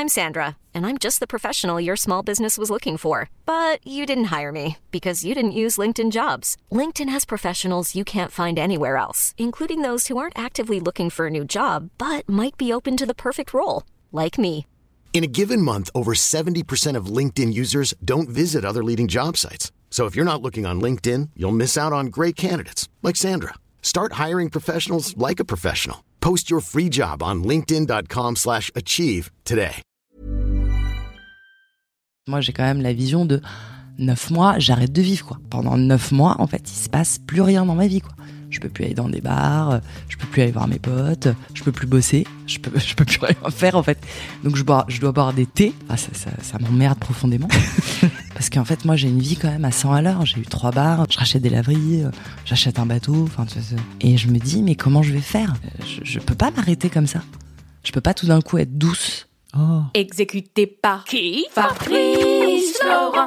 I'm Sandra, and I'm just the professional your small business was looking for. But you didn't hire me because you didn't use LinkedIn Jobs. LinkedIn has professionals you can't find anywhere else, including those who aren't actively looking for a new job, but might be open to the perfect role, like me. In a given month, over 70% of LinkedIn users don't visit other leading job sites. So if you're not looking on LinkedIn, you'll miss out on great candidates like Sandra. Start hiring professionals like a professional. Post your free job on linkedin.com/achieve today. Moi, j'ai quand même la vision de 9 mois, j'arrête de vivre, quoi. Pendant 9 mois, en fait, il se passe plus rien dans ma vie, quoi. Je peux plus aller dans des bars, je peux plus aller voir mes potes, je peux plus bosser, je peux plus rien faire, en fait. Donc je dois boire des thés. Ah, ça m'emmerde profondément. Parce qu'en fait, moi, j'ai une vie quand même à 100 à l'heure. J'ai eu 3 bars, je rachète des laveries, j'achète un bateau, enfin, et je me dis, mais comment je vais faire ? Je peux pas m'arrêter comme ça. Je peux pas tout d'un coup être douce. Oh. Exécuté par qui ? Fabrice Florent.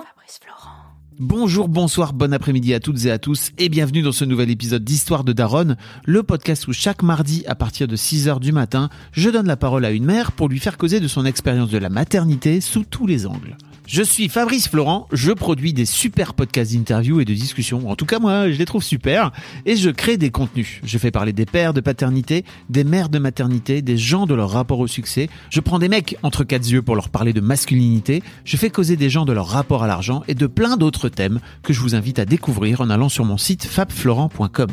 Bonjour, bonsoir, bon après-midi à toutes et à tous et bienvenue dans ce nouvel épisode d'Histoire de Daronne, le podcast où chaque mardi à partir de 6h du matin, je donne la parole à une mère pour lui faire causer de son expérience de la maternité sous tous les angles. Je suis Fabrice Florent, je produis des super podcasts d'interviews et de discussions. En tout cas, moi, je les trouve super. Et je crée des contenus. Je fais parler des pères de paternité, des mères de maternité, des gens de leur rapport au succès. Je prends des mecs entre quatre yeux pour leur parler de masculinité. Je fais causer des gens de leur rapport à l'argent et de plein d'autres thèmes que je vous invite à découvrir en allant sur mon site fabflorent.com.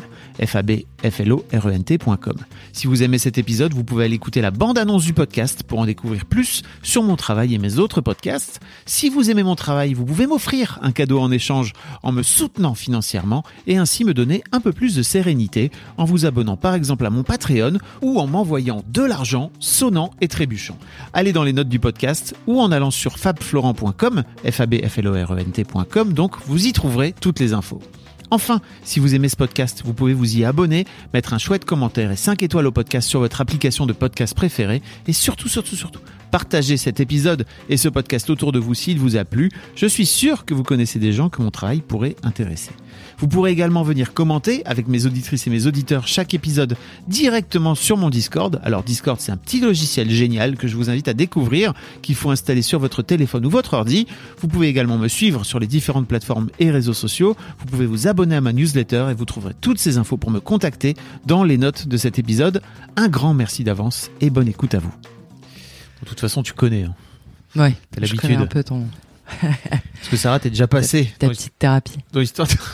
fabflorent.com. Si vous aimez cet épisode, vous pouvez aller écouter la bande-annonce du podcast pour en découvrir plus sur mon travail et mes autres podcasts. Si vous aimez mon travail, vous pouvez m'offrir un cadeau en échange en me soutenant financièrement et ainsi me donner un peu plus de sérénité en vous abonnant par exemple à mon Patreon ou en m'envoyant de l'argent sonnant et trébuchant. Allez dans les notes du podcast ou en allant sur fabflorent.com, fabflorent.com, donc vous y trouverez toutes les infos. Enfin, si vous aimez ce podcast, vous pouvez vous y abonner, mettre un chouette commentaire et 5 étoiles au podcast sur votre application de podcast préférée et surtout, partagez cet épisode et ce podcast autour de vous s'il vous a plu. Je suis sûr que vous connaissez des gens que mon travail pourrait intéresser. Vous pourrez également venir commenter avec mes auditrices et mes auditeurs chaque épisode directement sur mon Discord. Alors Discord, c'est un petit logiciel génial que je vous invite à découvrir, qu'il faut installer sur votre téléphone ou votre ordi. Vous pouvez également me suivre sur les différentes plateformes et réseaux sociaux. Vous pouvez vous abonner à ma newsletter et vous trouverez toutes ces infos pour me contacter dans les notes de cet épisode. Un grand merci d'avance et bonne écoute à vous. De toute façon, tu connais. Hein. Ouais, t'as je l'habitude. connais un peu ton... Parce que Sarah, t'es déjà passé. Ta petite thérapie. Dans l'histoire t'es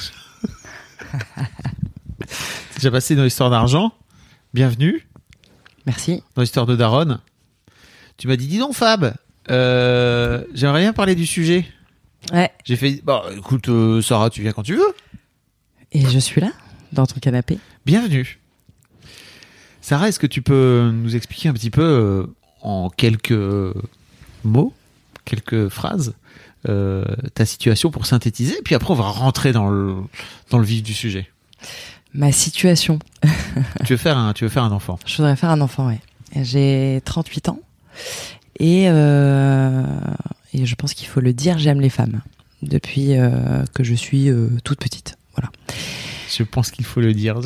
déjà passé dans l'histoire d'argent. Bienvenue. Merci. Dans l'histoire de Daronne. Tu m'as dit, dis donc Fab, j'aimerais bien parler du sujet. Ouais. J'ai fait, bah écoute Sarah, tu viens quand tu veux. Et je suis là, dans ton canapé. Bienvenue. Sarah, est-ce que tu peux nous expliquer un petit peu en quelques mots, quelques phrases, ta situation pour synthétiser, puis après on va rentrer dans le vif du sujet. Ma situation. Tu veux faire un enfant. Je voudrais faire un enfant, ouais. J'ai 38 ans et je pense qu'il faut le dire, j'aime les femmes depuis que je suis toute petite. Voilà. Je pense qu'il faut le dire.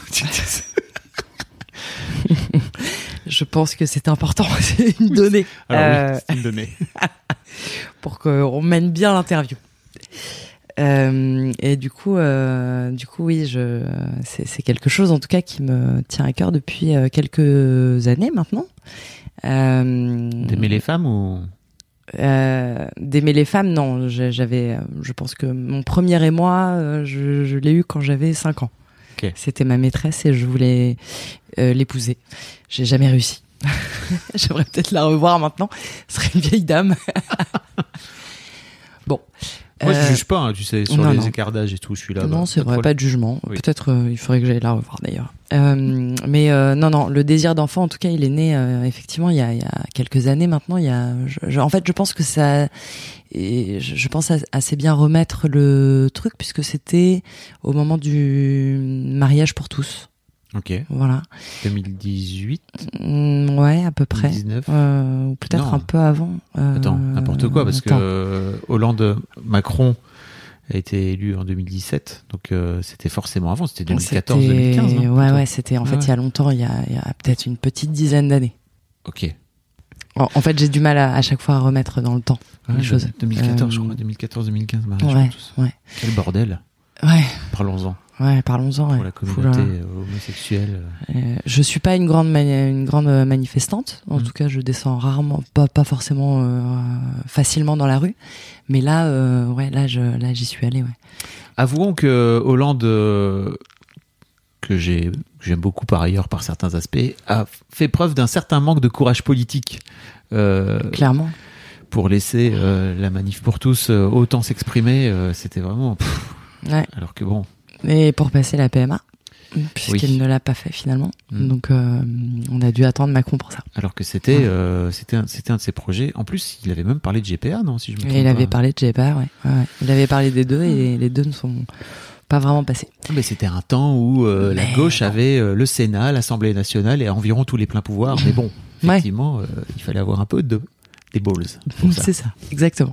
Je pense que c'est important, c'est une donnée. Alors oui, c'est une donnée. Pour qu'on mène bien l'interview. Et du coup, oui, c'est quelque chose en tout cas qui me tient à cœur depuis quelques années maintenant. D'aimer les femmes ou d'aimer les femmes, non. Je pense que mon premier émoi, je l'ai eu quand j'avais 5 ans. Okay. C'était ma maîtresse et je voulais l'épouser. J'ai jamais réussi. J'aimerais peut-être la revoir maintenant. Ce serait une vieille dame. Bon. Moi, je juge pas, hein, tu sais, sur les écarts d'âge et tout, je suis là. Non, c'est vrai, pas de jugement. Oui. Peut-être il faudrait que j'aille la revoir d'ailleurs. Mais non, le désir d'enfant, en tout cas, il est né effectivement il y a quelques années maintenant. En fait, je pense que ça, et je pense assez bien remettre le truc puisque c'était au moment du mariage pour tous. Ok. Voilà. 2018. Ouais, à peu près. 2019. Ou peut-être non. Un peu avant. Attends, n'importe quoi, parce que Macron a été élu en 2017, donc c'était forcément avant, c'était 2014-2015. Ouais, c'était en fait il y a longtemps, il y a peut-être une petite dizaine d'années. Ok. En fait, j'ai du mal à chaque fois à remettre dans le temps les choses. 2014, je crois, 2014-2015, mariage Ouais, pour tous. ouais. Quel bordel. Ouais, Parlons-en. ouais, parlons-en. Pour Ouais. la communauté homosexuelle. Je suis pas une grande manifestante. En tout cas, je descends rarement, pas forcément facilement dans la rue. Mais là, ouais, là, j'y suis allée. Ouais. Avouons que Hollande, que j'aime beaucoup par ailleurs par certains aspects, a fait preuve d'un certain manque de courage politique. Clairement. Pour laisser la manif pour tous autant s'exprimer, c'était vraiment... Ouais. Alors que bon... Et pour passer la PMA, puisqu'elle ne l'a pas fait finalement. Donc on a dû attendre Macron pour ça. Alors que c'était un de ses projets. En plus, il avait même parlé de GPA, non, si je me trompe Et il pas. avait parlé de GPA, ouais. Il avait parlé des deux et les deux ne sont pas vraiment passés. Mais c'était un temps où la gauche avait le Sénat, l'Assemblée nationale et environ tous les pleins pouvoirs. Mais bon, effectivement, il fallait avoir un peu des balls pour ça. C'est ça, exactement.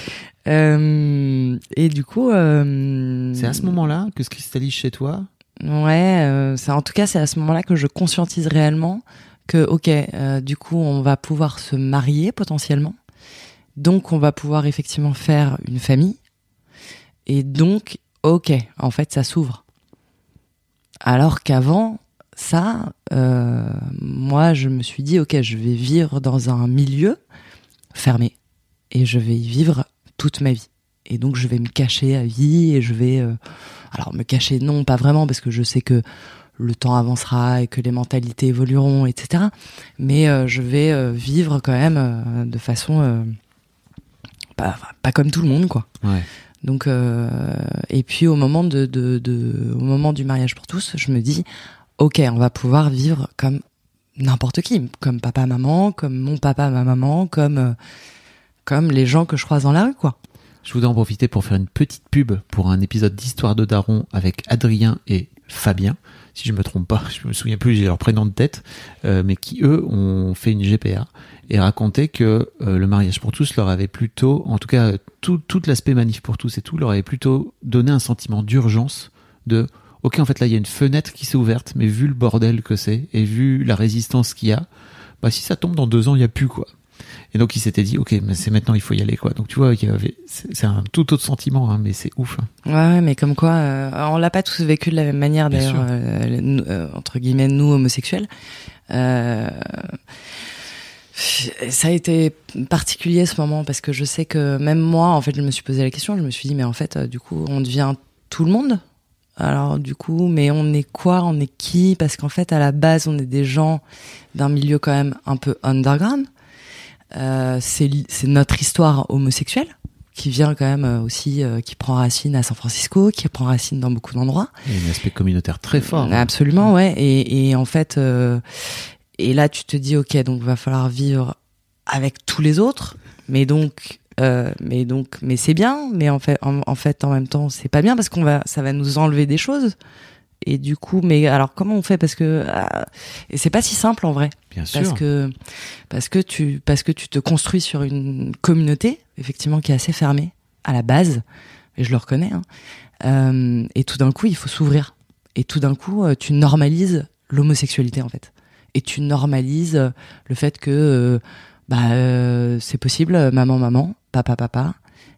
Et du coup... C'est à ce moment-là que se cristallise chez toi? Ouais, en tout cas, c'est à ce moment-là que je conscientise réellement que, ok, du coup, on va pouvoir se marier potentiellement. Donc, on va pouvoir effectivement faire une famille. Et donc, ok, en fait, ça s'ouvre. Alors qu'avant, ça, moi, je me suis dit, ok, je vais vivre dans un milieu fermé. Et je vais y vivre toute ma vie. Et donc, je vais me cacher à vie et je vais... alors, me cacher, non, pas vraiment, parce que je sais que le temps avancera et que les mentalités évolueront, etc. Mais je vais vivre quand même de façon... pas comme tout le monde, quoi. Ouais. Donc, et puis, au moment au moment du mariage pour tous, je me dis, ok, on va pouvoir vivre comme n'importe qui, comme papa, maman, comme mon papa, ma maman, comme les gens que je croise dans la rue, quoi. Je voudrais en profiter pour faire une petite pub pour un épisode d'Histoire de Daron avec Adrien et Fabien, si je me trompe pas, je me souviens plus, j'ai leur prénom de tête, mais qui eux ont fait une GPA et racontaient que le mariage pour tous leur avait plutôt, en tout cas tout l'aspect manif pour tous et tout, leur avait plutôt donné un sentiment d'urgence de ok, en fait là il y a une fenêtre qui s'est ouverte, mais vu le bordel que c'est et vu la résistance qu'il y a, bah si ça tombe dans 2 ans il y a plus, quoi. Et donc il s'était dit ok, mais c'est maintenant, il faut y aller, quoi. Donc tu vois, c'est un tout autre sentiment, hein, mais c'est ouf, hein. Ouais, mais comme quoi on l'a pas tous vécu de la même manière, Bien d'ailleurs, entre guillemets, nous homosexuels. Ça a été particulier ce moment parce que je sais que même moi, en fait, je me suis posé la question, je me suis dit mais en fait du coup on devient tout le monde. Alors du coup, mais on est quoi, on est qui? Parce qu'en fait à la base on est des gens d'un milieu quand même un peu underground. C'est notre histoire homosexuelle qui vient quand même aussi, qui prend racine à San Francisco, qui prend racine dans beaucoup d'endroits. Il y a un aspect communautaire très fort. Absolument, ouais. Et en fait, et là tu te dis ok, donc va falloir vivre avec tous les autres, mais c'est bien, mais en fait en même temps c'est pas bien parce ça va nous enlever des choses. Et du coup, mais alors comment on fait? Parce que et c'est pas si simple en vrai. Bien sûr. Parce que tu te construis sur une communauté effectivement qui est assez fermée à la base, et je le reconnais. Hein. Et tout d'un coup, il faut s'ouvrir. Et tout d'un coup, tu normalises l'homosexualité en fait. Et tu normalises le fait que c'est possible, maman, papa.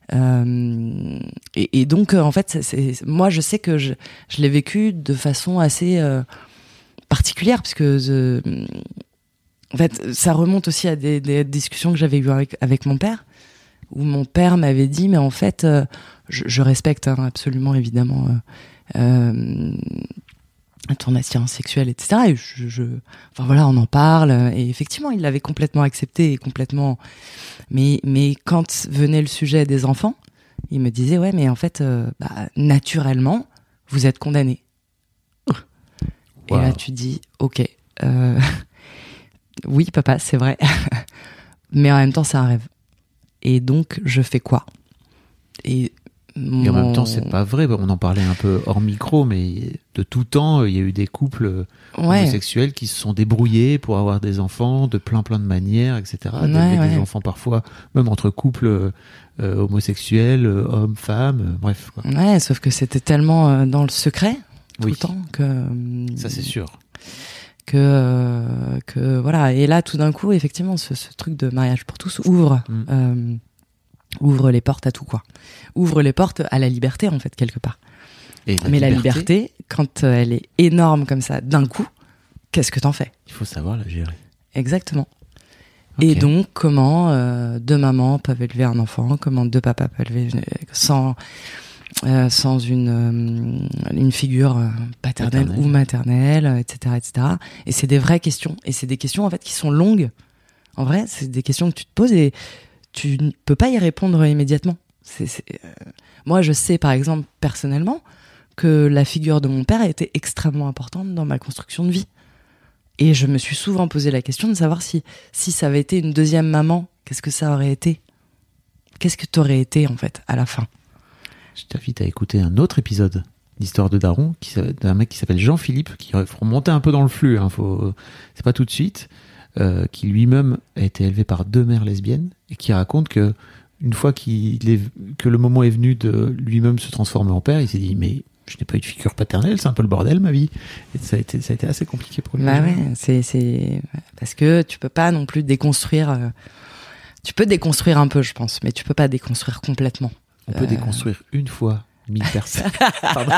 Et donc en fait moi je sais que je l'ai vécu de façon assez particulière parce que en fait ça remonte aussi à des discussions que j'avais eues avec mon père, où mon père m'avait dit mais en fait je respecte absolument évidemment ton attirance sexuelle, etc. Et enfin voilà, on en parle et effectivement il l'avait complètement accepté et complètement. Mais quand venait le sujet des enfants, il me disait ouais mais en fait naturellement vous êtes condamnés. Wow. Et là tu dis ok oui papa c'est vrai mais en même temps c'est un rêve et donc je fais quoi? Et en même temps, c'est pas vrai. On en parlait un peu hors micro, mais de tout temps, il y a eu des couples homosexuels qui se sont débrouillés pour avoir des enfants de plein de manières, etc. Des enfants parfois, même entre couples homosexuels, hommes, femmes, bref. Quoi. Ouais, sauf que c'était tellement dans le secret tout le temps que. Ça, c'est sûr. que voilà. Et là, tout d'un coup, effectivement, ce truc de mariage pour tous ouvre les portes à tout, quoi. Ouvre les portes à la liberté, en fait, quelque part. Mais la liberté, quand elle est énorme comme ça, d'un coup, qu'est-ce que t'en fais ? Il faut savoir la gérer. Exactement. Okay. Et donc, comment deux mamans peuvent élever un enfant, comment deux papas peuvent élever sans une figure paternelle ou maternelle, etc., etc. Et c'est des vraies questions. Et c'est des questions, en fait, qui sont longues. En vrai, c'est des questions que tu te poses et tu ne peux pas y répondre immédiatement. Moi, je sais, par exemple, personnellement, que la figure de mon père a été extrêmement importante dans ma construction de vie. Et je me suis souvent posé la question de savoir si ça avait été une deuxième maman, qu'est-ce que ça aurait été ? Qu'est-ce que t'aurais été, en fait, à la fin ? Je t'invite à écouter un autre épisode d'Histoire de Daron, d'un mec qui s'appelle Jean-Philippe, qui faut remonter un peu dans le flux, c'est pas tout de suite, qui lui-même a été élevé par 2 mères lesbiennes, et qui raconte que une fois que le moment est venu de lui-même se transformer en père, il s'est dit, mais je n'ai pas eu de figure paternelle, c'est un peu le bordel, ma vie. Et ça a été assez compliqué pour lui. Bah ouais, c'est parce que tu peux pas non plus déconstruire. Tu peux déconstruire un peu, je pense, mais tu peux pas déconstruire complètement. On peut déconstruire une fois 1000 personnes. Pardon.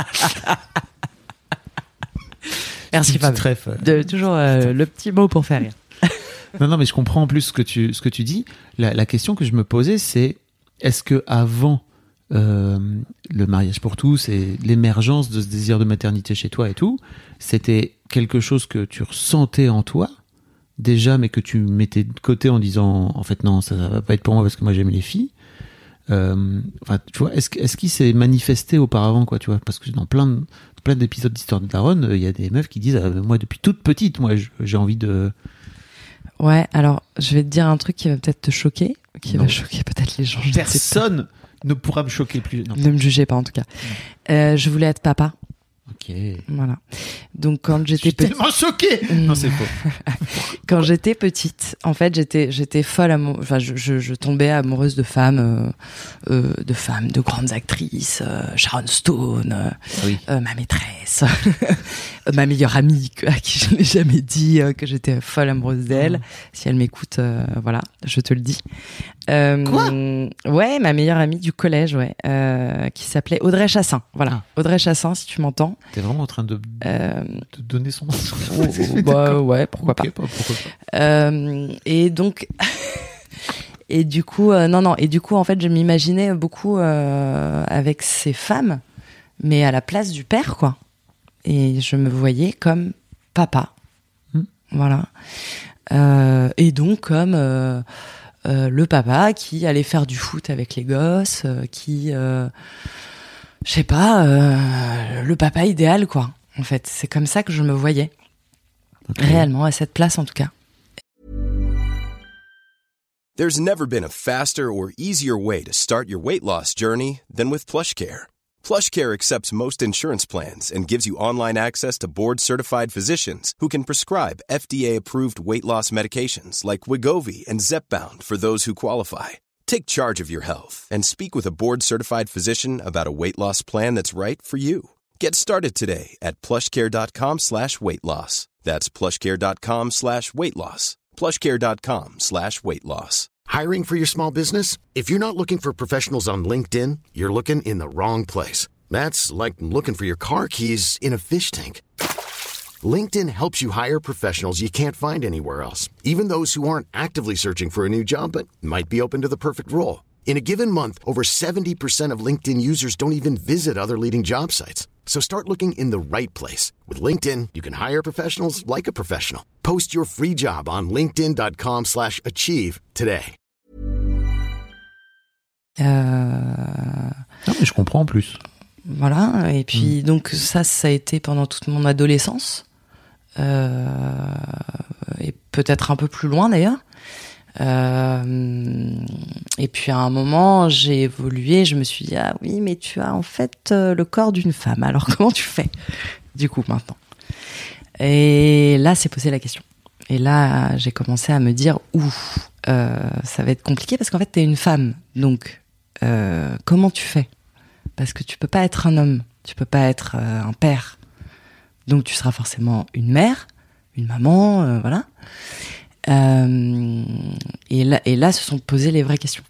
Merci Fab. Toujours le petit mot pour faire rire. Non, mais je comprends en plus ce que tu dis. La question que je me posais, c'est est-ce que avant le mariage pour tous et l'émergence de ce désir de maternité chez toi et tout, c'était quelque chose que tu ressentais en toi déjà, mais que tu mettais de côté en disant en fait non, ça va pas être pour moi parce que moi j'aime les filles. Tu vois, est-ce qu'il s'est manifesté auparavant, quoi, tu vois, parce que dans plein d'épisodes d'Histoire de Daron, il y a des meufs qui disent moi depuis toute petite, moi j'ai envie de. Ouais, alors je vais te dire un truc qui va peut-être te choquer, va choquer peut-être les gens. Personne ne pourra me choquer plus. Non. Ne me jugez pas en tout cas. Je voulais être papa. Ok. Voilà. Donc quand j'étais petite. Tellement choquée. Non, c'est faux. Quand j'étais petite, en fait, j'étais folle je tombais amoureuse de femmes, de grandes actrices, Sharon Stone, oui. Ma maîtresse, ma meilleure amie à qui je n'ai jamais dit que j'étais folle amoureuse d'elle. Si elle m'écoute, voilà, je te le dis. Quoi ? Ouais, ma meilleure amie du collège, ouais, qui s'appelait Audrey Chassin. Voilà, Audrey Chassin, si tu m'entends. T'es vraiment en train de donner son nom. Bah ouais, pourquoi pas. Et donc et du coup en fait je m'imaginais beaucoup avec ces femmes, mais à la place du père, quoi. Et je me voyais comme papa. Voilà. Et donc comme le papa qui allait faire du foot avec les gosses, je sais pas, le papa idéal, quoi. En fait, c'est comme ça que je me voyais. Okay. Réellement, à cette place, en tout cas. There's never been a faster or easier way to start your weight loss journey than with PlushCare. PlushCare accepts most insurance plans and gives you online access to board-certified physicians who can prescribe FDA-approved weight loss medications like Wegovy and Zepbound for those who qualify. Take charge of your health and speak with a board-certified physician about a weight loss plan that's right for you. Get started today at plushcare.com/weightloss. That's plushcare.com/weightloss. plushcare.com/weightloss. Hiring for your small business? If you're not looking for professionals on LinkedIn, you're looking in the wrong place. That's like looking for your car keys in a fish tank. LinkedIn helps you hire professionals you can't find anywhere else, even those who aren't actively searching for a new job but might be open to the perfect role. In a given month, over 70% of LinkedIn users don't even visit other leading job sites. So start looking in the right place. With LinkedIn, you can hire professionals like a professional. Post your free job on linkedin.com/achieve today. Non, mais je comprends en plus. Voilà, et puis donc ça a été pendant toute mon adolescence. Et peut-être un peu plus loin d'ailleurs. Et puis à un moment j'ai évolué, je me suis dit ah oui mais tu as en fait le corps d'une femme, alors comment tu fais du coup maintenant? Et là c'est posé la question, et là j'ai commencé à me dire ça va être compliqué parce qu'en fait t'es une femme, donc comment tu fais? Parce que tu peux pas être un homme, tu peux pas être un père, donc tu seras forcément une mère, une maman, voilà. Et là, se sont posées les vraies questions.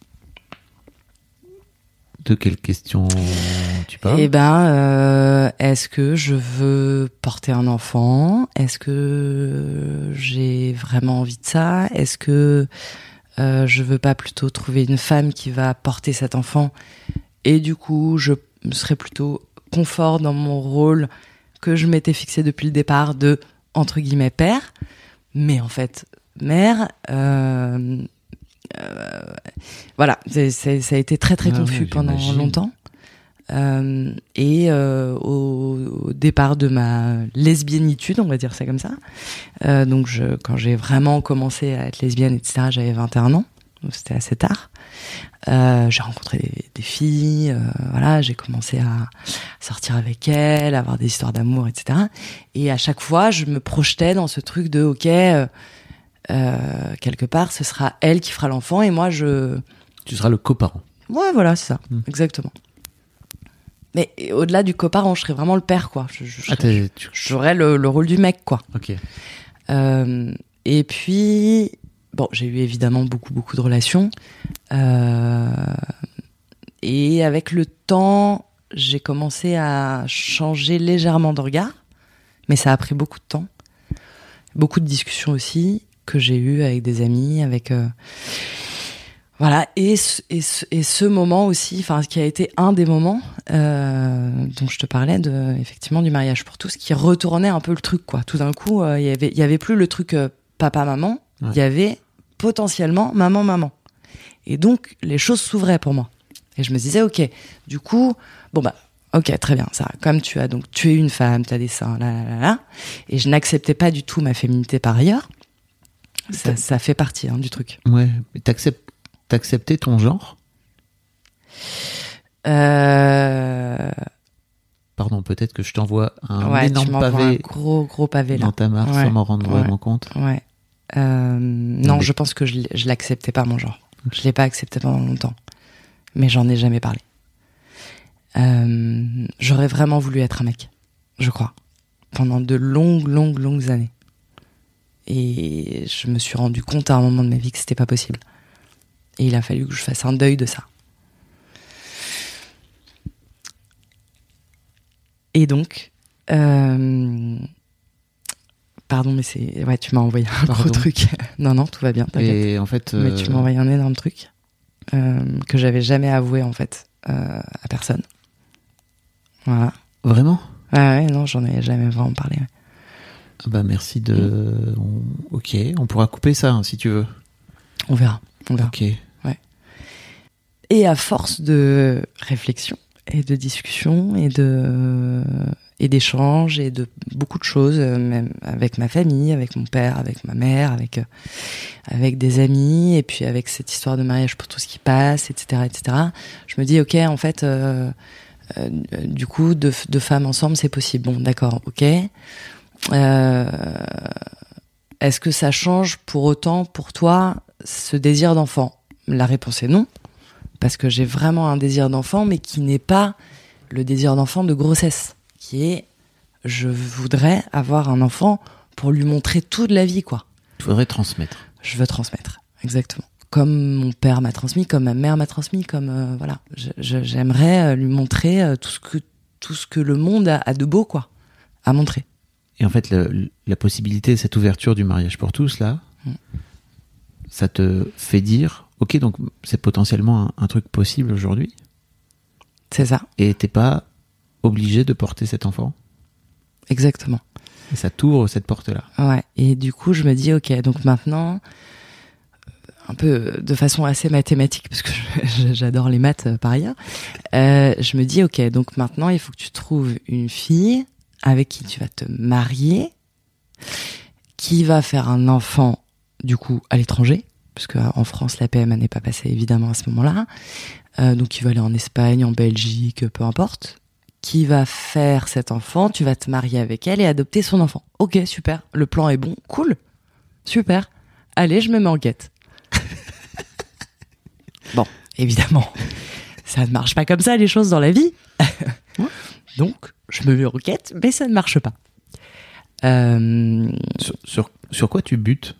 De quelles questions tu parles ? Est-ce que je veux porter un enfant ? Est-ce que j'ai vraiment envie de ça ? Est-ce que je veux pas plutôt trouver une femme qui va porter cet enfant et du coup je serais plutôt confort dans mon rôle que je m'étais fixé depuis le départ de entre guillemets père, mais en fait mère. Voilà, ça a été très très confus pendant longtemps. Au départ de ma lesbiennitude, on va dire ça comme ça. Donc quand j'ai vraiment commencé à être lesbienne, etc., j'avais 21 ans, donc c'était assez tard. J'ai rencontré des filles, voilà, j'ai commencé à sortir avec elles, à avoir des histoires d'amour, etc. Et à chaque fois, je me projetais dans ce truc de ok. Quelque part, ce sera elle qui fera l'enfant et moi Tu seras le coparent. Ouais, voilà, c'est ça, exactement. Mais au-delà du coparent, je serais vraiment le père, quoi. J'aurais le rôle du mec, quoi. Ok. Et puis, bon, j'ai eu évidemment beaucoup de relations. Et avec le temps, j'ai commencé à changer légèrement de regard. Mais ça a pris beaucoup de temps. Beaucoup de discussions aussi que j'ai eues avec des amis, avec... Voilà, et ce moment aussi, enfin, qui a été un des moments dont je te parlais, effectivement, du mariage pour tous, qui retournait un peu le truc, quoi. Tout d'un coup, il y avait plus le truc papa-maman, il y avait potentiellement maman-maman. Et donc, les choses s'ouvraient pour moi. Et je me disais, ok, du coup, bon bah, ok, très bien, ça, comme tu es une femme, tu as des seins, là. Et je n'acceptais pas du tout ma féminité par ailleurs. Ça fait partie du truc. Ouais, mais t'acceptais ton genre ? Pardon, peut-être que je t'envoie un énorme pavé. Un gros pavé là. Dans ta mare sans m'en rendre vraiment compte. Ouais. Non, je pense que je l'acceptais pas, mon genre. Je l'ai pas accepté pendant longtemps. Mais j'en ai jamais parlé. J'aurais vraiment voulu être un mec, je crois. Pendant de longues années. Et je me suis rendu compte à un moment de ma vie que c'était pas possible. Et il a fallu que je fasse un deuil de ça. Et donc, pardon, mais c'est, ouais, tu m'as envoyé un gros truc. Non, tout va bien, t'inquiète. Et en fait, mais tu m'as envoyé un énorme truc que j'avais jamais avoué en fait à personne. Voilà. Vraiment ? Ouais, non, j'en ai jamais vraiment parlé. Ouais. Ah bah merci de. Ok, on pourra couper ça si tu veux. On verra. Ok. Ouais. Et à force de réflexion et de discussion et d'échanges et de beaucoup de choses, même avec ma famille, avec mon père, avec ma mère, avec des amis, et puis avec cette histoire de mariage pour tout ce qui passe, etc., je me dis ok, en fait, du coup, deux femmes ensemble, c'est possible. Bon, d'accord, ok. Est-ce que ça change pour autant pour toi ce désir d'enfant ? La réponse est non, parce que j'ai vraiment un désir d'enfant, mais qui n'est pas le désir d'enfant de grossesse, qui est je voudrais avoir un enfant pour lui montrer toute la vie, quoi. Tu voudrais transmettre. Je veux transmettre, exactement. Comme mon père m'a transmis, comme ma mère m'a transmis, comme voilà. J'aimerais lui montrer tout ce que le monde a de beau, quoi, à montrer. Et en fait, la possibilité, cette ouverture du mariage pour tous, là, ça te fait dire, ok, donc c'est potentiellement un truc possible aujourd'hui. C'est ça. Et t'es pas obligé de porter cet enfant. Exactement. Et ça t'ouvre cette porte-là. Ouais. Et du coup, je me dis, ok, donc maintenant, un peu de façon assez mathématique, parce que j'adore les maths par ailleurs, je me dis, ok, donc maintenant, il faut que tu trouves une fille avec qui tu vas te marier, qui va faire un enfant, du coup, à l'étranger, parce qu'en France, la PMA n'est pas passée, évidemment, à ce moment-là. Donc, qui va aller en Espagne, en Belgique, peu importe. Qui va faire cet enfant, tu vas te marier avec elle et adopter son enfant. Ok, super, le plan est bon, cool, super. Allez, je me mets en quête. Bon, évidemment, ça ne marche pas comme ça, les choses dans la vie. Donc, je me mets en quête, mais ça ne marche pas. Sur quoi tu butes?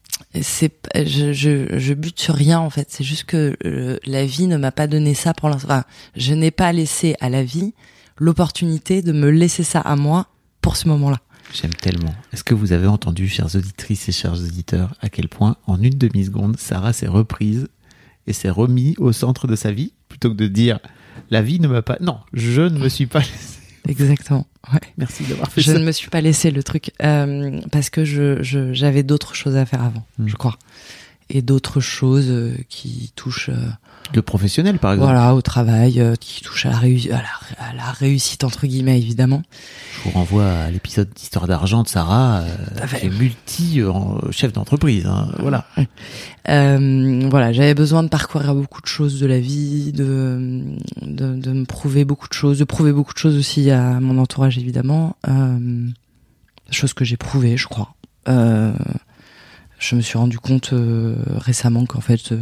Je bute sur rien en fait. C'est juste que la vie ne m'a pas donné ça pour l'instant. Enfin, je n'ai pas laissé à la vie l'opportunité de me laisser ça à moi pour ce moment-là. J'aime tellement. Est-ce que vous avez entendu, chères auditrices et chers auditeurs, à quel point, en une demi-seconde, Sarah s'est reprise et s'est remis au centre de sa vie, plutôt que de dire « la vie ne m'a pas... » Non, je ne me suis pas laissé. Exactement. Ouais. Merci d'avoir fait je ça. ne me suis pas laissé le truc parce que j'avais d'autres choses à faire avant, je crois. Et d'autres choses qui touchent... le professionnel, par exemple. Voilà, au travail, qui touchent à la réussite, entre guillemets, évidemment. Je vous renvoie à l'épisode d'Histoire d'argent de Sarah, qui est multi-chef d'entreprise. Hein, voilà. Voilà, j'avais besoin de parcourir beaucoup de choses de la vie, de me prouver beaucoup de choses, de prouver beaucoup de choses aussi à mon entourage, évidemment. Chose que j'ai prouvée, je crois. Je me suis rendu compte récemment qu'en fait...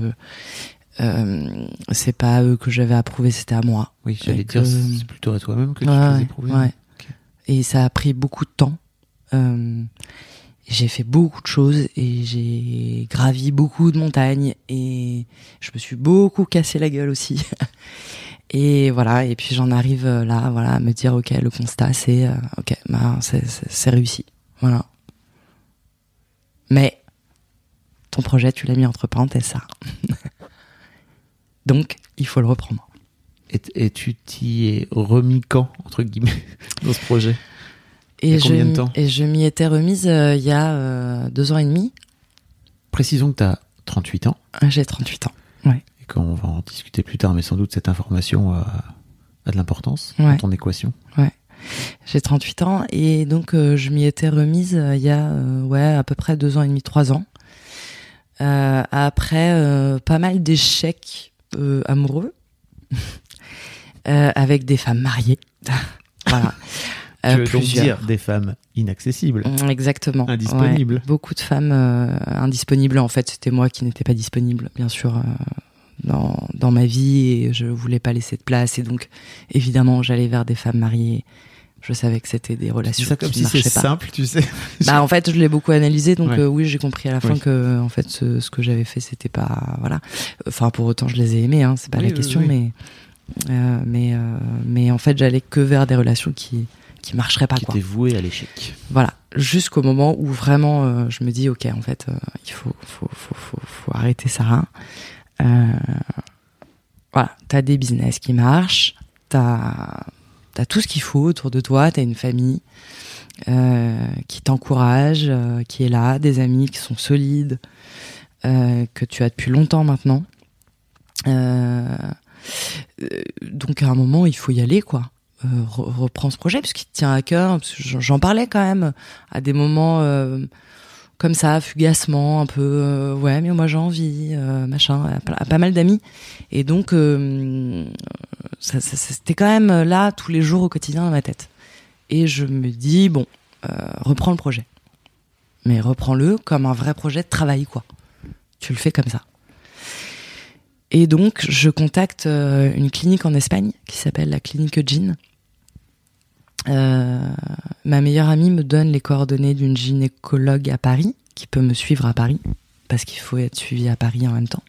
c'est pas à eux que j'avais à prouver, c'était à moi. Oui, j'allais dire, c'est plutôt à toi-même que tu faisais prouver. Ouais. Okay. Et ça a pris beaucoup de temps. J'ai fait beaucoup de choses et j'ai gravi beaucoup de montagnes et je me suis beaucoup cassé la gueule aussi. Et voilà, et puis j'en arrive là, voilà, à me dire, ok, le constat c'est, ok, bah, c'est réussi. Voilà. Mais ton projet, tu l'as mis entre parenthèses, ça. Donc, il faut le reprendre. Et tu t'y es remis quand, entre guillemets, dans ce projet? Il y a combien de temps? Et je m'y étais remise il y a 2 ans et demi. Précisons que tu as 38 ans. J'ai 38 ans, ouais. Et qu'on va en discuter plus tard, mais sans doute cette information a de l'importance dans ton équation. Ouais. J'ai 38 ans et donc je m'y étais remise il y a à peu près 2 ans et demi, 3 ans. Après pas mal d'échecs amoureux avec des femmes mariées. Voilà. Tu veux donc dire des femmes inaccessibles. Exactement. Indisponibles. Ouais. Beaucoup de femmes indisponibles. En fait, c'était moi qui n'étais pas disponible, bien sûr, dans ma vie, et je voulais pas laisser de place. Et donc, évidemment, j'allais vers des femmes mariées. Je savais que c'était des relations ça comme qui si marchaient c'est pas. Simple, tu sais. Bah, en fait, je l'ai beaucoup analysé, donc ouais. Oui, j'ai compris à la fin que, en fait, ce que j'avais fait, c'était pas, voilà. Enfin, pour autant, je les ai aimés, hein, c'est pas la question, mais en fait, j'allais que vers des relations qui marcheraient pas, qui quoi. étaient vouées à l'échec. Voilà, jusqu'au moment où vraiment, je me dis, ok, en fait, il faut arrêter ça. Voilà, t'as des business qui marchent, t'as tout ce qu'il faut autour de toi, t'as une famille qui t'encourage, qui est là, des amis qui sont solides, que tu as depuis longtemps maintenant. Donc à un moment, il faut y aller, quoi. Reprends ce projet parce qu'il te tient à cœur. Parce que j'en parlais quand même à des moments comme ça, fugacement, un peu. Ouais, mais moi j'ai envie, machin, à pas mal d'amis. Et donc c'était quand même là tous les jours au quotidien dans ma tête. Et je me dis bon, reprends le projet, mais reprends-le comme un vrai projet de travail, quoi. Tu le fais comme ça. Et donc je contacte une clinique en Espagne qui s'appelle la clinique Jean. Ma meilleure amie me donne les coordonnées d'une gynécologue à Paris qui peut me suivre à Paris parce qu'il faut être suivi à Paris en même temps.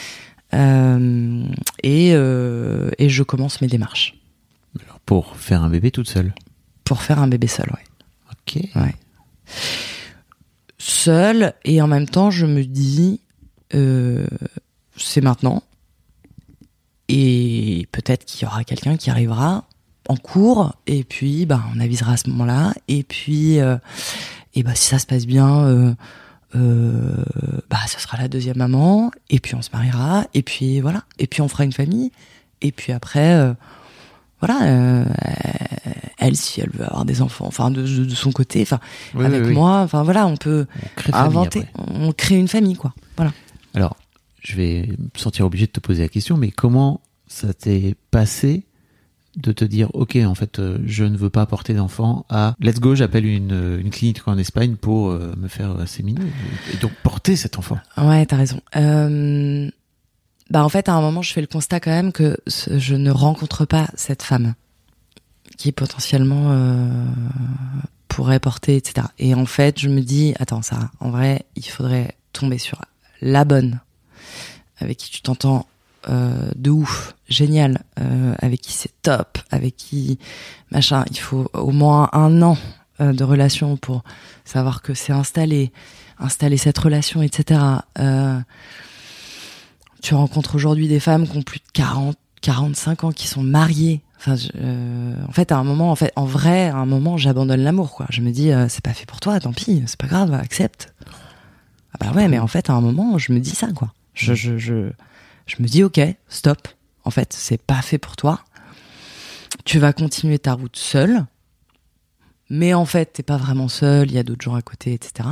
Et je commence mes démarches. Alors pour faire un bébé toute seule? Pour faire un bébé seul, ouais. Ok. Ouais. Seule, et en même temps, je me dis, c'est maintenant. Et peut-être qu'il y aura quelqu'un qui arrivera en cours, et puis on avisera à ce moment-là. Et puis, si ça se passe bien, ce sera la deuxième maman, et puis on se mariera, et puis voilà, et puis on fera une famille, et puis après elle, si elle veut avoir des enfants, enfin de son côté, enfin oui, avec moi, enfin voilà, on peut inventer, on crée une famille, quoi. Voilà. Alors je vais me sentir obligé de te poser la question, mais comment ça t'est passé de te dire ok, en fait je ne veux pas porter d'enfant à let's go, j'appelle une clinique en Espagne pour me faire inséminer et donc porter cet enfant? Ouais, t'as raison. En fait, à un moment, je fais le constat quand même que je ne rencontre pas cette femme qui potentiellement pourrait porter, etc. Et en fait, je me dis, attends, Sarah, en vrai, il faudrait tomber sur la bonne, avec qui tu t'entends de ouf, génial, avec qui c'est top, avec qui machin. Il faut au moins 1 an de relation pour savoir que c'est installer cette relation, etc. Tu rencontres aujourd'hui des femmes qui ont plus de 40, 45 ans, qui sont mariées. Enfin, en fait, à un moment, j'abandonne l'amour, quoi. Je me dis, c'est pas fait pour toi, tant pis, c'est pas grave, accepte. Ah bah ouais, mais en fait, à un moment, je me dis ça, quoi. Je me dis, ok, stop. En fait, c'est pas fait pour toi. Tu vas continuer ta route seule. Mais en fait, t'es pas vraiment seule, il y a d'autres gens à côté, etc.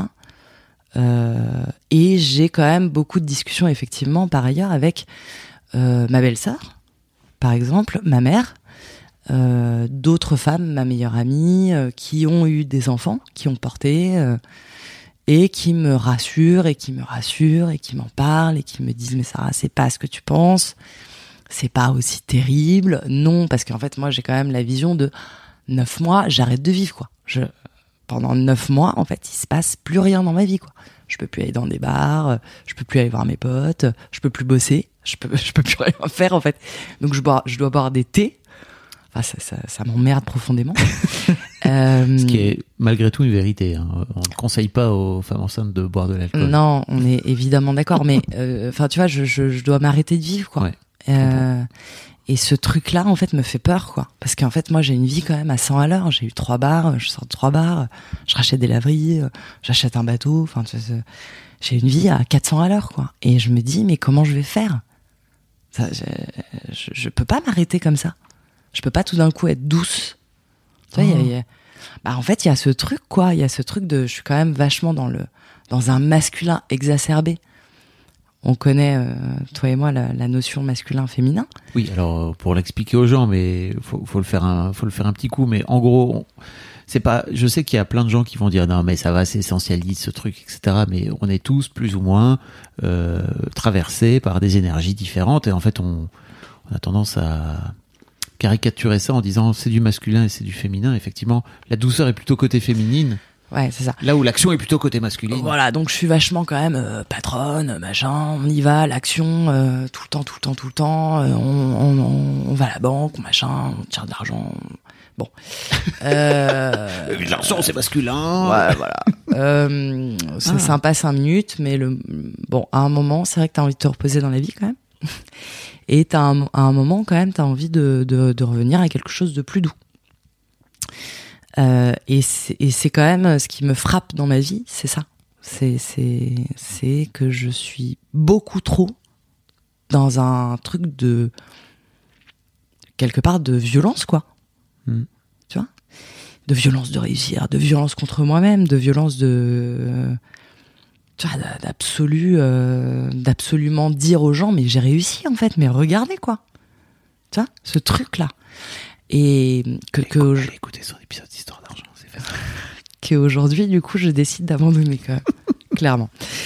Et j'ai quand même beaucoup de discussions, effectivement, par ailleurs, avec ma belle-sœur, par exemple, ma mère, d'autres femmes, ma meilleure amie, qui ont eu des enfants, qui ont porté, et qui me rassurent, et qui m'en parlent, et qui me disent, mais Sarah, c'est pas ce que tu penses, c'est pas aussi terrible. Non, parce qu'en fait, moi, j'ai quand même la vision de 9 mois, j'arrête de vivre, quoi. Pendant 9 mois, en fait, il se passe plus rien dans ma vie, quoi. Je peux plus aller dans des bars, je peux plus aller voir mes potes, je peux plus bosser, je peux plus rien faire, en fait. Donc je dois boire des thés. Enfin, ça m'emmerde profondément. Ce qui est malgré tout une vérité. Hein. On ne conseille pas aux femmes enceintes de boire de l'alcool. Non, on est évidemment d'accord, mais enfin, tu vois, je dois m'arrêter de vivre, quoi. Ouais, et ce truc-là, en fait, me fait peur, quoi. Parce qu'en fait, moi, j'ai une vie quand même à 100 à l'heure. J'ai eu 3 bars, je sors de 3 bars, je rachète des laveries, j'achète un bateau. Enfin, j'ai une vie à 400 à l'heure, quoi. Et je me dis, mais comment je vais faire ? Ça, je peux pas m'arrêter comme ça. Je peux pas tout d'un coup être douce. Tu vois, en fait, il y a ce truc, quoi. Il y a ce truc de, je suis quand même vachement dans un masculin exacerbé. On connaît, toi et moi, la notion masculin-féminin. Oui, alors pour l'expliquer aux gens, mais faut le faire un petit coup. Mais en gros, c'est pas. Je sais qu'il y a plein de gens qui vont dire non, mais ça va, c'est essentialiste ce truc, etc. Mais on est tous plus ou moins traversés par des énergies différentes, et en fait, on a tendance à caricaturer ça en disant c'est du masculin et c'est du féminin. Effectivement, la douceur est plutôt côté féminine. Ouais, c'est ça. Là où l'action est plutôt côté masculine. Voilà, donc je suis vachement quand même patronne, machin, on y va, l'action, tout le temps, on va à la banque, machin, on tire de l'argent. Bon. De l'argent, c'est masculin. Ouais, voilà. C'est sympa 5 minutes, mais à un moment, c'est vrai que t'as envie de te reposer dans la vie quand même. Et à un moment, quand même, t'as envie de revenir à quelque chose de plus doux. Et c'est quand même ce qui me frappe dans ma vie, c'est ça. C'est que je suis beaucoup trop dans un truc de quelque part de violence, quoi. Tu vois, de violence de réussir, de violence contre moi-même, de violence tu vois, d'absolument dire aux gens, mais j'ai réussi en fait, mais regardez, quoi. Tu vois, ce truc là. Et écoutez son épisode d'Histoire d'argent, c'est facile. Qu'aujourd'hui, du coup, je décide d'abandonner, quand même. Clairement.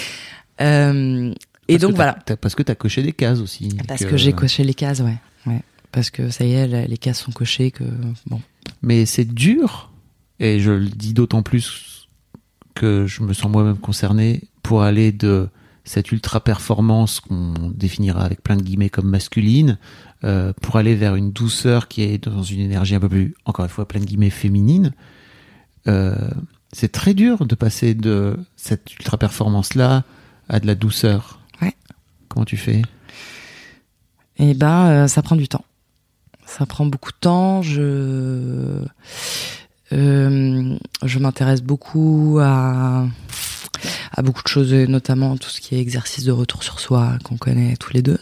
Et donc, voilà. Parce que t'as coché des cases aussi. Parce que j'ai coché les cases, ouais. Parce que ça y est, les cases sont cochées, que bon. Mais c'est dur, et je le dis d'autant plus que je me sens moi-même concerné, pour aller de cette ultra-performance qu'on définira avec plein de guillemets comme masculine, pour aller vers une douceur qui est dans une énergie un peu plus, encore une fois, plein de guillemets féminine. C'est très dur de passer de cette ultra-performance-là à de la douceur. Ouais. Comment tu fais ? Eh ben, ça prend du temps. Ça prend beaucoup de temps. Je m'intéresse beaucoup à beaucoup de choses, notamment tout ce qui est exercice de retour sur soi, qu'on connaît tous les deux.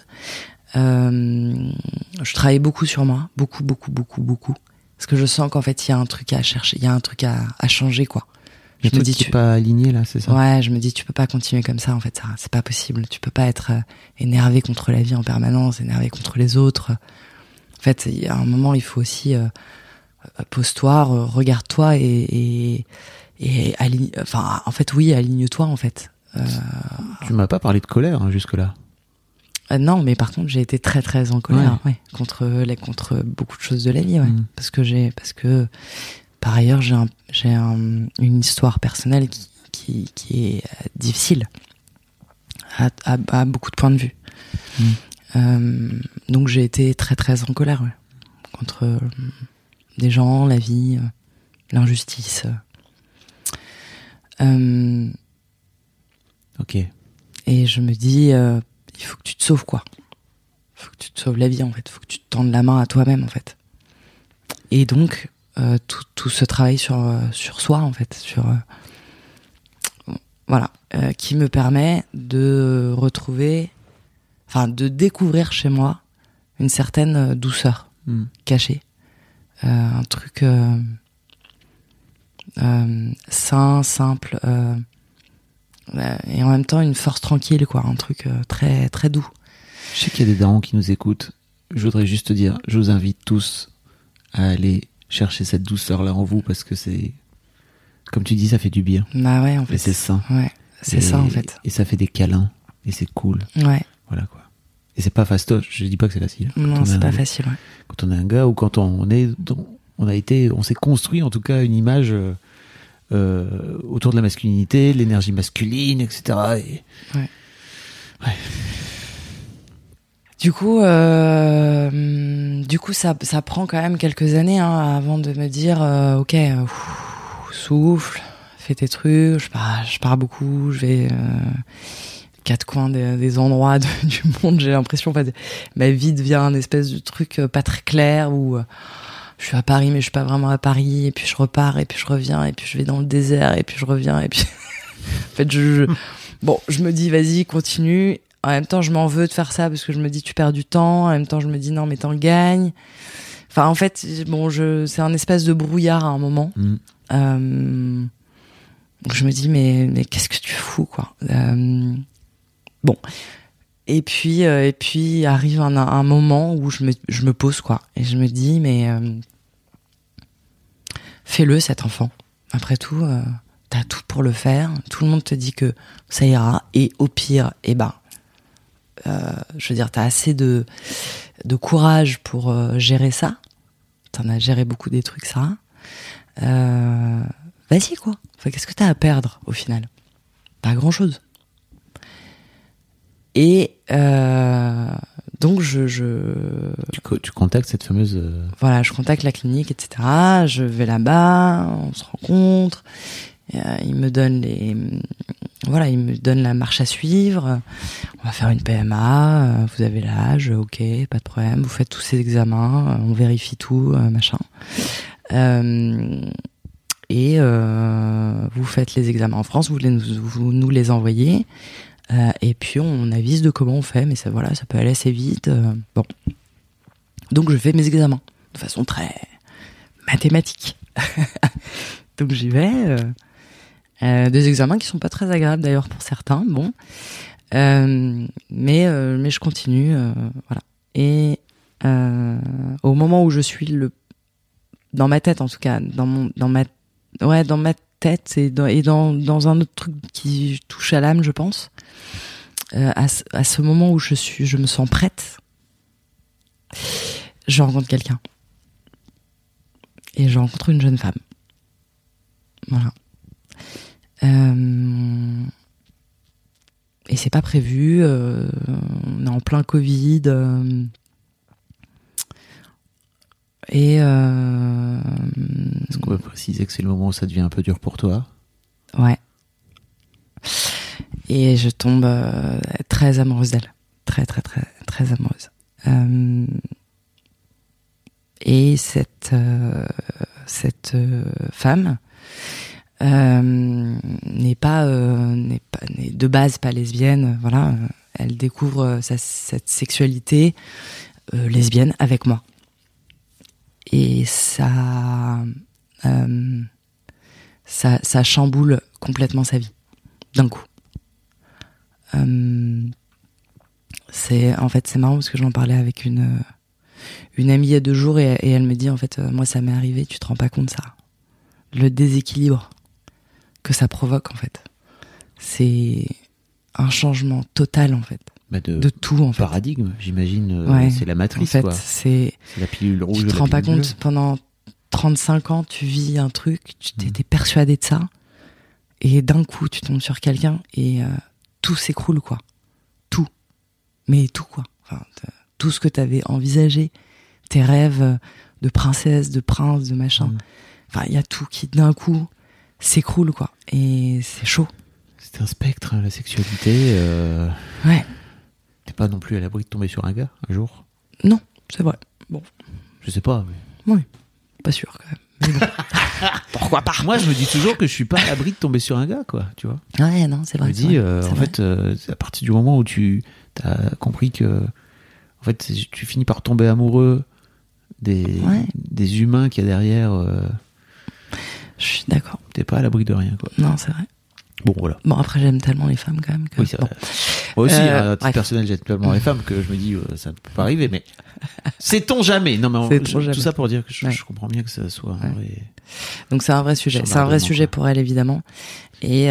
Je travaille beaucoup sur moi, beaucoup, parce que je sens qu'en fait il y a un truc à chercher, il y a un truc à changer, quoi. Je me dis, tu n'es pas aligné là, c'est ça? Ouais, je me dis, tu peux pas continuer comme ça, en fait, ça, c'est pas possible. Tu peux pas être énervé contre la vie en permanence, énervé contre les autres. En fait, il y a un moment, il faut aussi pose-toi, regarde-toi et aligne. Enfin, en fait, oui, aligne-toi, en fait. Tu m'as pas parlé de colère, hein, jusque-là. Non, mais par contre, j'ai été très très en colère, contre beaucoup de choses de la vie, ouais. Parce par ailleurs, j'ai une histoire personnelle qui est difficile à beaucoup de points de vue. Donc j'ai été très très en colère contre des gens, la vie, l'injustice. Ok. Et je me dis, il faut que tu te sauves, quoi. Il faut que tu te sauves la vie, en fait. Il faut que tu te tendes la main à toi-même, en fait. Et donc, tout ce travail sur soi, en fait, voilà, qui me permet de retrouver, enfin, de découvrir chez moi une certaine douceur cachée. Un truc sain, simple, et en même temps une force tranquille, quoi, un truc très très doux. Je sais qu'il y a des darons qui nous écoutent. Je voudrais juste te dire, je vous invite tous à aller chercher cette douceur là en vous, parce que c'est, comme tu dis, ça fait du bien. Bah ouais, en fait. Et c'est sain. Ouais, c'est ça, en fait. Et ça fait des câlins et c'est cool. Ouais. Voilà, quoi. Et c'est pas fastoche. Je dis pas que c'est facile. Non, c'est pas facile. Ouais. Quand on est un gars, ou quand on s'est construit en tout cas une image autour de la masculinité, l'énergie masculine, etc. Et... Ouais. Ouais. Du coup, ça prend quand même quelques années avant de me dire, ok, souffle, fais tes trucs. Je pars beaucoup, je vais quatre coins des endroits du monde. J'ai l'impression, en fait, ma vie devient un espèce de truc pas très clair où je suis à Paris, mais je suis pas vraiment à Paris. Et puis je repars, et puis je reviens, et puis je vais dans le désert, et puis je reviens, et puis en fait, je me dis, vas-y, continue. En même temps, je m'en veux de faire ça parce que je me dis, tu perds du temps. En même temps, je me dis, non, mais t'en gagnes. Enfin, en fait, c'est un espèce de brouillard à un moment. Je me dis, mais qu'est-ce que tu fous, quoi. Bon. Et puis arrive un moment où je me pose, quoi. Et je me dis, mais fais-le, cet enfant. Après tout, t'as tout pour le faire. Tout le monde te dit que ça ira. Et au pire, je veux dire, t'as assez de courage pour gérer ça. T'en as géré beaucoup des trucs, ça. Vas-y, quoi. Enfin, qu'est-ce que t'as à perdre, au final? Pas grand-chose. Et donc, Tu contactes cette fameuse... Voilà, je contacte la clinique, etc. Je vais là-bas, on se rencontre. Il me donne la marche à suivre. On va faire une PMA. Vous avez l'âge, ok, pas de problème. Vous faites tous ces examens, on vérifie tout, machin. Et vous faites les examens en France, vous nous les envoyez. Et puis on avise de comment on fait, mais ça peut aller assez vite. Bon, donc je fais mes examens de façon très mathématique. Donc j'y vais. Des examens qui sont pas très agréables d'ailleurs pour certains, bon, mais je continue, voilà. Et au moment où je suis dans ma tête, en tout cas, dans ma tête et dans un autre truc qui touche à l'âme, je pense, à ce moment où je me sens prête, je rencontre quelqu'un et je rencontre une jeune femme, voilà. Et c'est pas prévu, on est en plein Covid, et est-ce qu'on peut préciser que c'est le moment où ça devient un peu dur pour toi? Ouais. Et je tombe très amoureuse d'elle, très très très très amoureuse. Et cette femme n'est de base pas lesbienne, voilà. Elle découvre cette sexualité lesbienne avec moi. Et ça chamboule complètement sa vie d'un coup. C'est marrant parce que j'en parlais avec une amie il y a 2 jours et elle me dit, en fait, moi ça m'est arrivé, tu te rends pas compte, ça, le déséquilibre que ça provoque, en fait. C'est un changement total, en fait. De tout, en fait. Paradigme, j'imagine. Ouais, c'est la matrice, en fait, quoi. C'est la pilule rouge. Tu te rends pas compte, pendant 35 ans, tu vis un truc, tu t'es persuadé de ça, et d'un coup, tu tombes sur quelqu'un et tout s'écroule, quoi. Tout. Mais tout, quoi. Enfin, tout ce que t'avais envisagé, tes rêves de princesse, de prince, de machin. Enfin, il y a tout qui, d'un coup, s'écroule, quoi. Et c'est chaud. C'est un spectre, hein, la sexualité. Ouais. T'es pas non plus à l'abri de tomber sur un gars, un jour? Non, c'est vrai. Bon. Je sais pas. Mais... Oui. Pas sûr, quand même. Mais bon. Pourquoi pas? Moi, je me dis toujours que je suis pas à l'abri de tomber sur un gars, quoi, tu vois. Ouais, non, c'est vrai. Je me dis, en fait, c'est à partir du moment où tu as compris que, en fait, tu finis par tomber amoureux des humains qu'il y a derrière. Je suis d'accord. T'es pas à l'abri de rien, quoi. Non, c'est vrai. Bon, voilà. Bon, après, j'aime tellement les femmes, quand même. Oui, c'est vrai. Moi aussi, à titre personnel, j'aime tellement les femmes que je me dis, ça ne peut pas arriver, mais sait-on jamais. Non, mais tout ça pour dire que je comprends bien que ça soit un vrai... Donc, c'est un vrai sujet. C'est un vrai sujet pour elle, évidemment. Et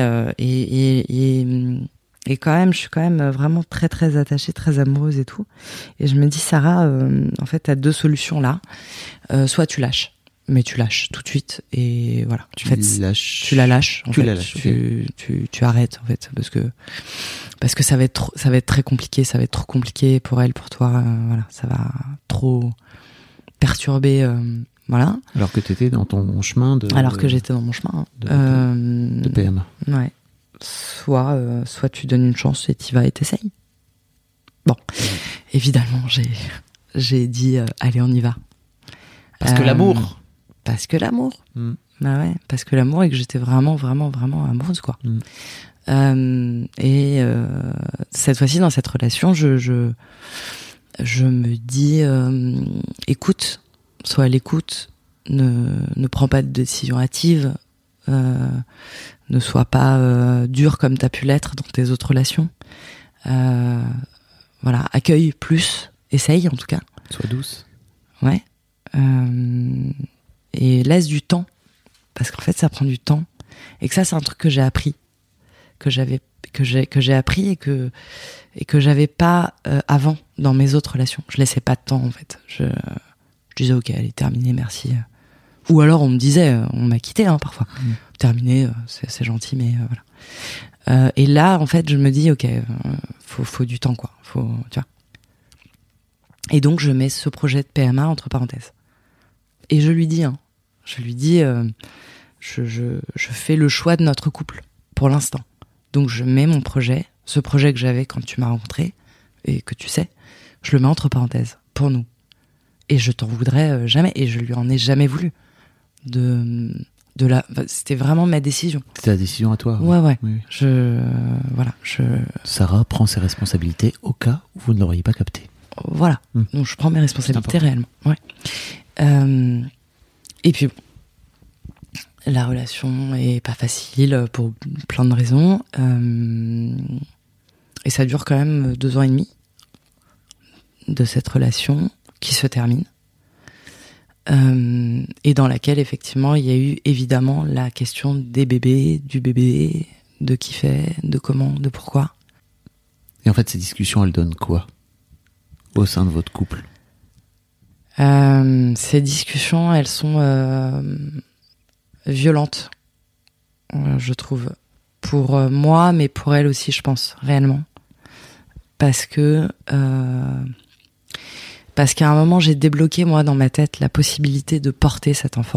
quand même, je suis quand même vraiment très, très attachée, très amoureuse et tout. Et je me dis, Sarah, en fait, t'as 2 solutions là. Soit tu lâches. Mais tu lâches tout de suite et voilà. Tu la lâches. Tu arrêtes en fait parce que ça va être très compliqué, ça va être trop compliqué pour elle, pour toi. Voilà, ça va trop perturber. Voilà. Alors que t'étais dans ton chemin de. Alors que j'étais dans mon chemin de PMA. Ouais. Soit tu donnes une chance et t'y vas et t'essayes. Bon, évidemment, j'ai dit allez, on y va. Parce que l'amour. Parce que l'amour. Bah ouais, parce que l'amour et que j'étais vraiment, vraiment, vraiment amoureuse, quoi. Cette fois-ci, dans cette relation, je me dis, écoute, sois à l'écoute, ne prends pas de décision hâtive, ne sois pas dur comme t'as pu l'être dans tes autres relations. Voilà, accueille plus, essaye en tout cas. Sois douce. Ouais. Et laisse du temps, parce qu'en fait ça prend du temps, et que ça c'est un truc que j'ai appris, que j'ai appris et que j'avais pas avant dans mes autres relations. Je laissais pas de temps en fait. Je disais ok, allez, terminé, merci. Ou alors on me disait, on m'a quitté parfois. Terminé, c'est gentil, mais voilà. Et là en fait je me dis ok, faut du temps, quoi. Tu vois. Et donc je mets ce projet de PMA entre parenthèses. Et je lui dis, je fais le choix de notre couple pour l'instant. Donc je mets mon projet, ce projet que j'avais quand tu m'as rencontré et que tu sais, je le mets entre parenthèses pour nous. Et je t'en voudrais jamais, et je lui en ai jamais voulu. C'était vraiment ma décision. C'était la décision à toi. Ouais. Oui. Sarah prend ses responsabilités au cas où vous ne l'auriez pas capté. Voilà. Donc je prends mes responsabilités réellement. Ouais. Et puis bon, la relation est pas facile pour plein de raisons. Et ça dure quand même 2 ans et demi de cette relation qui se termine. Et dans laquelle effectivement il y a eu évidemment la question des bébés, du bébé, de qui fait, de comment, de pourquoi. Et en fait ces discussions elles donnent quoi au sein de votre couple? Ces discussions, elles sont violentes, je trouve, pour moi, mais pour elle aussi, je pense, réellement, parce qu'à un moment, j'ai débloqué moi dans ma tête la possibilité de porter cet enfant,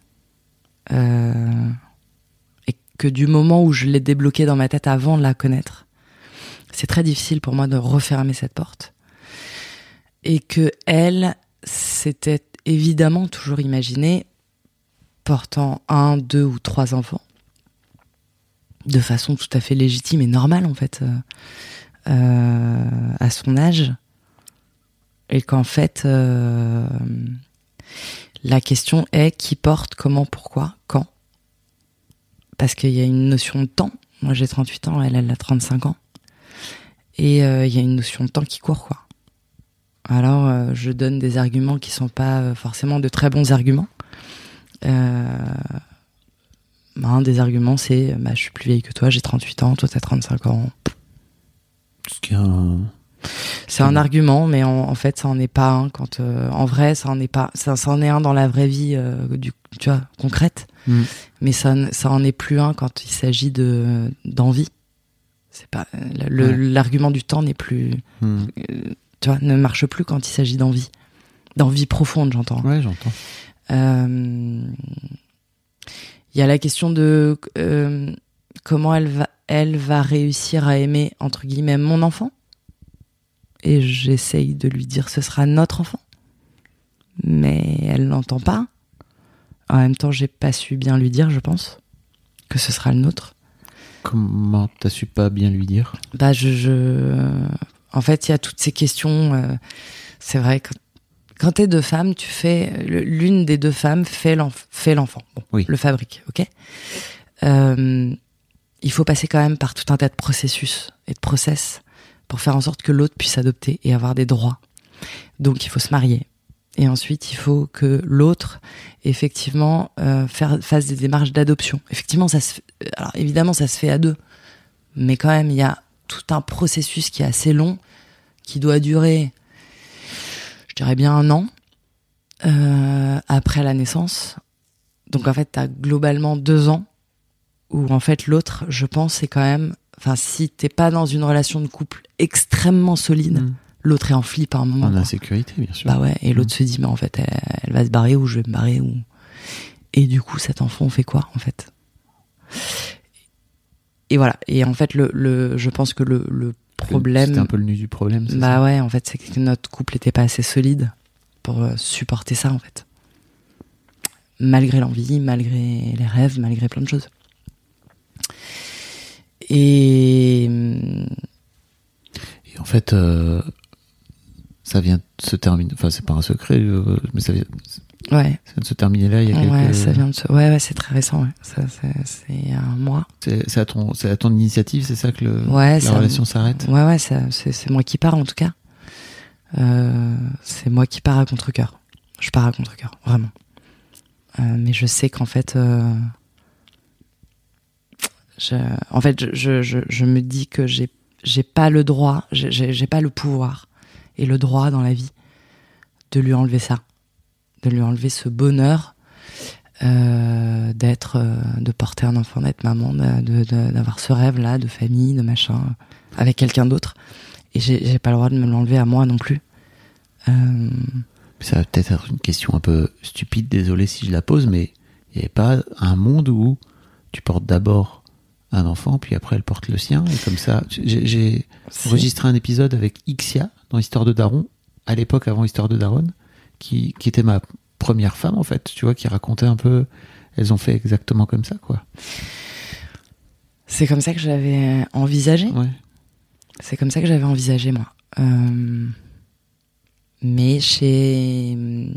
et que du moment où je l'ai débloqué dans ma tête avant de la connaître, c'est très difficile pour moi de refermer cette porte, et que elle s'était évidemment toujours imaginé portant 1, 2 ou 3 enfants de façon tout à fait légitime et normale en fait à son âge, et qu'en fait la question est qui porte, comment, pourquoi, quand, parce qu'il y a une notion de temps. Moi j'ai 38 ans, elle a 35 ans, et il y a une notion de temps qui court, quoi. Alors, je donne des arguments qui sont pas forcément de très bons arguments. Un des arguments, c'est je suis plus vieille que toi, j'ai 38 ans, toi t'as 35 ans. C'est un argument, mais en fait, ça en est pas un. Quand en vrai, ça en est pas. Ça en est un dans la vraie vie, tu vois, concrète. Mais ça en est plus un quand il s'agit d'envie. C'est pas l'argument du temps n'est plus. Tu vois, ne marche plus quand il s'agit d'envie profonde, j'entends. Ouais, j'entends. Il y a la question de comment elle va réussir à aimer entre guillemets mon enfant. Et j'essaye de lui dire ce sera notre enfant, mais elle l'entend pas. En même temps, j'ai pas su bien lui dire, je pense, que ce sera le nôtre. Comment t'as su pas bien lui dire ? Bah, en fait, il y a toutes ces questions. C'est vrai que quand t'es deux femmes, l'une des deux femmes fait l'enfant. Bon, oui. Le fabrique, ok. Il faut passer quand même par tout un tas de processus et de process pour faire en sorte que l'autre puisse adopter et avoir des droits. Donc, il faut se marier. Et ensuite, il faut que l'autre, effectivement, fasse des démarches d'adoption. Effectivement, alors évidemment, ça se fait à deux. Mais quand même, il y a tout un processus qui est assez long, qui doit durer, je dirais bien 1 an, après la naissance. Donc, en fait, t'as globalement 2 ans où, en fait, l'autre, je pense, c'est quand même... Enfin, si t'es pas dans une relation de couple extrêmement solide... L'autre est en flip à un moment. En insécurité, bien sûr. Bah ouais, et l'autre se dit, mais en fait, elle va se barrer ou je vais me barrer. Et du coup, cet enfant, on fait quoi, en fait ? Et voilà. Et en fait, je pense que le problème... C'était un peu le nus du problème, c'est ça ? Bah ouais, en fait, c'est que notre couple était pas assez solide pour supporter ça, en fait. Malgré l'envie, malgré les rêves, malgré plein de choses. Et en fait... ça vient de se terminer, enfin c'est pas un secret, mais ça vient de se terminer là il y a quelques... Ouais, ça vient de se... ouais, c'est très récent, ouais. C'est un mois. C'est à ton initiative, c'est ça que la relation s'arrête ? Ouais, c'est moi qui pars en tout cas. C'est moi qui pars à contre-cœur. Je pars à contre-cœur, vraiment. Mais je sais qu'en fait... je me dis que j'ai pas le droit, j'ai pas le pouvoir et le droit dans la vie de lui enlever ça, de lui enlever ce bonheur de porter un enfant, d'être maman, d'avoir ce rêve là de famille, de machin avec quelqu'un d'autre, et j'ai pas le droit de me l'enlever à moi non plus. Ça va peut-être être une question un peu stupide, désolé si je la pose, mais il n'y avait pas un monde où tu portes d'abord un enfant, puis après elle porte le sien, et comme ça, j'ai enregistré un épisode avec Ixia dans Histoire de Daron, à l'époque avant Histoire de Daron, qui était ma première femme en fait, tu vois, qui racontait un peu, elles ont fait exactement comme ça, quoi. C'est comme ça que j'avais envisagé. Ouais. C'est comme ça que j'avais envisagé moi. Mais chez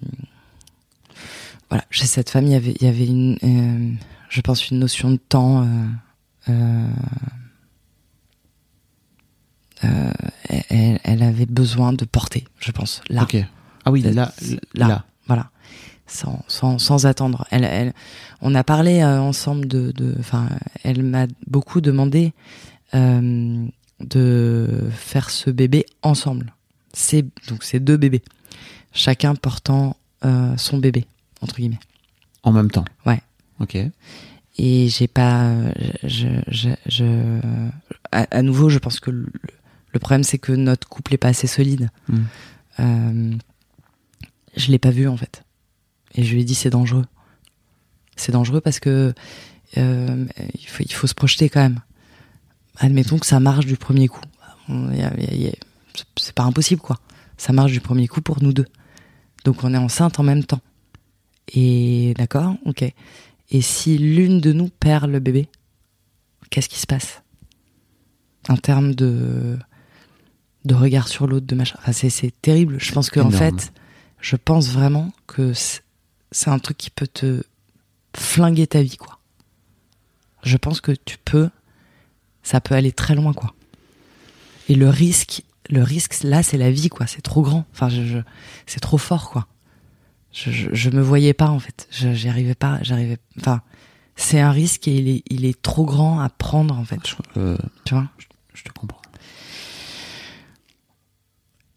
cette femme, il y avait une, je pense, une notion de temps. Elle avait besoin de porter, je pense, là. Ok. Ah oui, là. Voilà. Sans attendre. On a parlé ensemble enfin, elle m'a beaucoup demandé de faire ce bébé ensemble. Donc c'est 2 bébés, chacun portant son bébé, entre guillemets. En même temps. Ouais. Ok. Et j'ai pas, à nouveau, je pense que le problème, c'est que notre couple est pas assez solide. Je l'ai pas vu, en fait. Et je lui ai dit, c'est dangereux. C'est dangereux parce que, il faut se projeter quand même. Admettons que ça marche du premier coup. C'est pas impossible, quoi. Ça marche du premier coup pour nous deux. Donc on est enceinte en même temps. Et d'accord, ok. Et si l'une de nous perd le bébé, qu'est-ce qui se passe en termes de regard sur l'autre, de machin. Enfin, c'est terrible. Je pense que en fait, je pense vraiment que c'est un truc qui peut te flinguer ta vie, quoi. Je pense que ça peut aller très loin, quoi. Et le risque là, c'est la vie, quoi. C'est trop grand. Enfin, c'est trop fort, quoi. Je me voyais pas, en fait. J'arrivais pas. Enfin, c'est un risque et il est trop grand à prendre, en fait. Tu vois ? Je te comprends.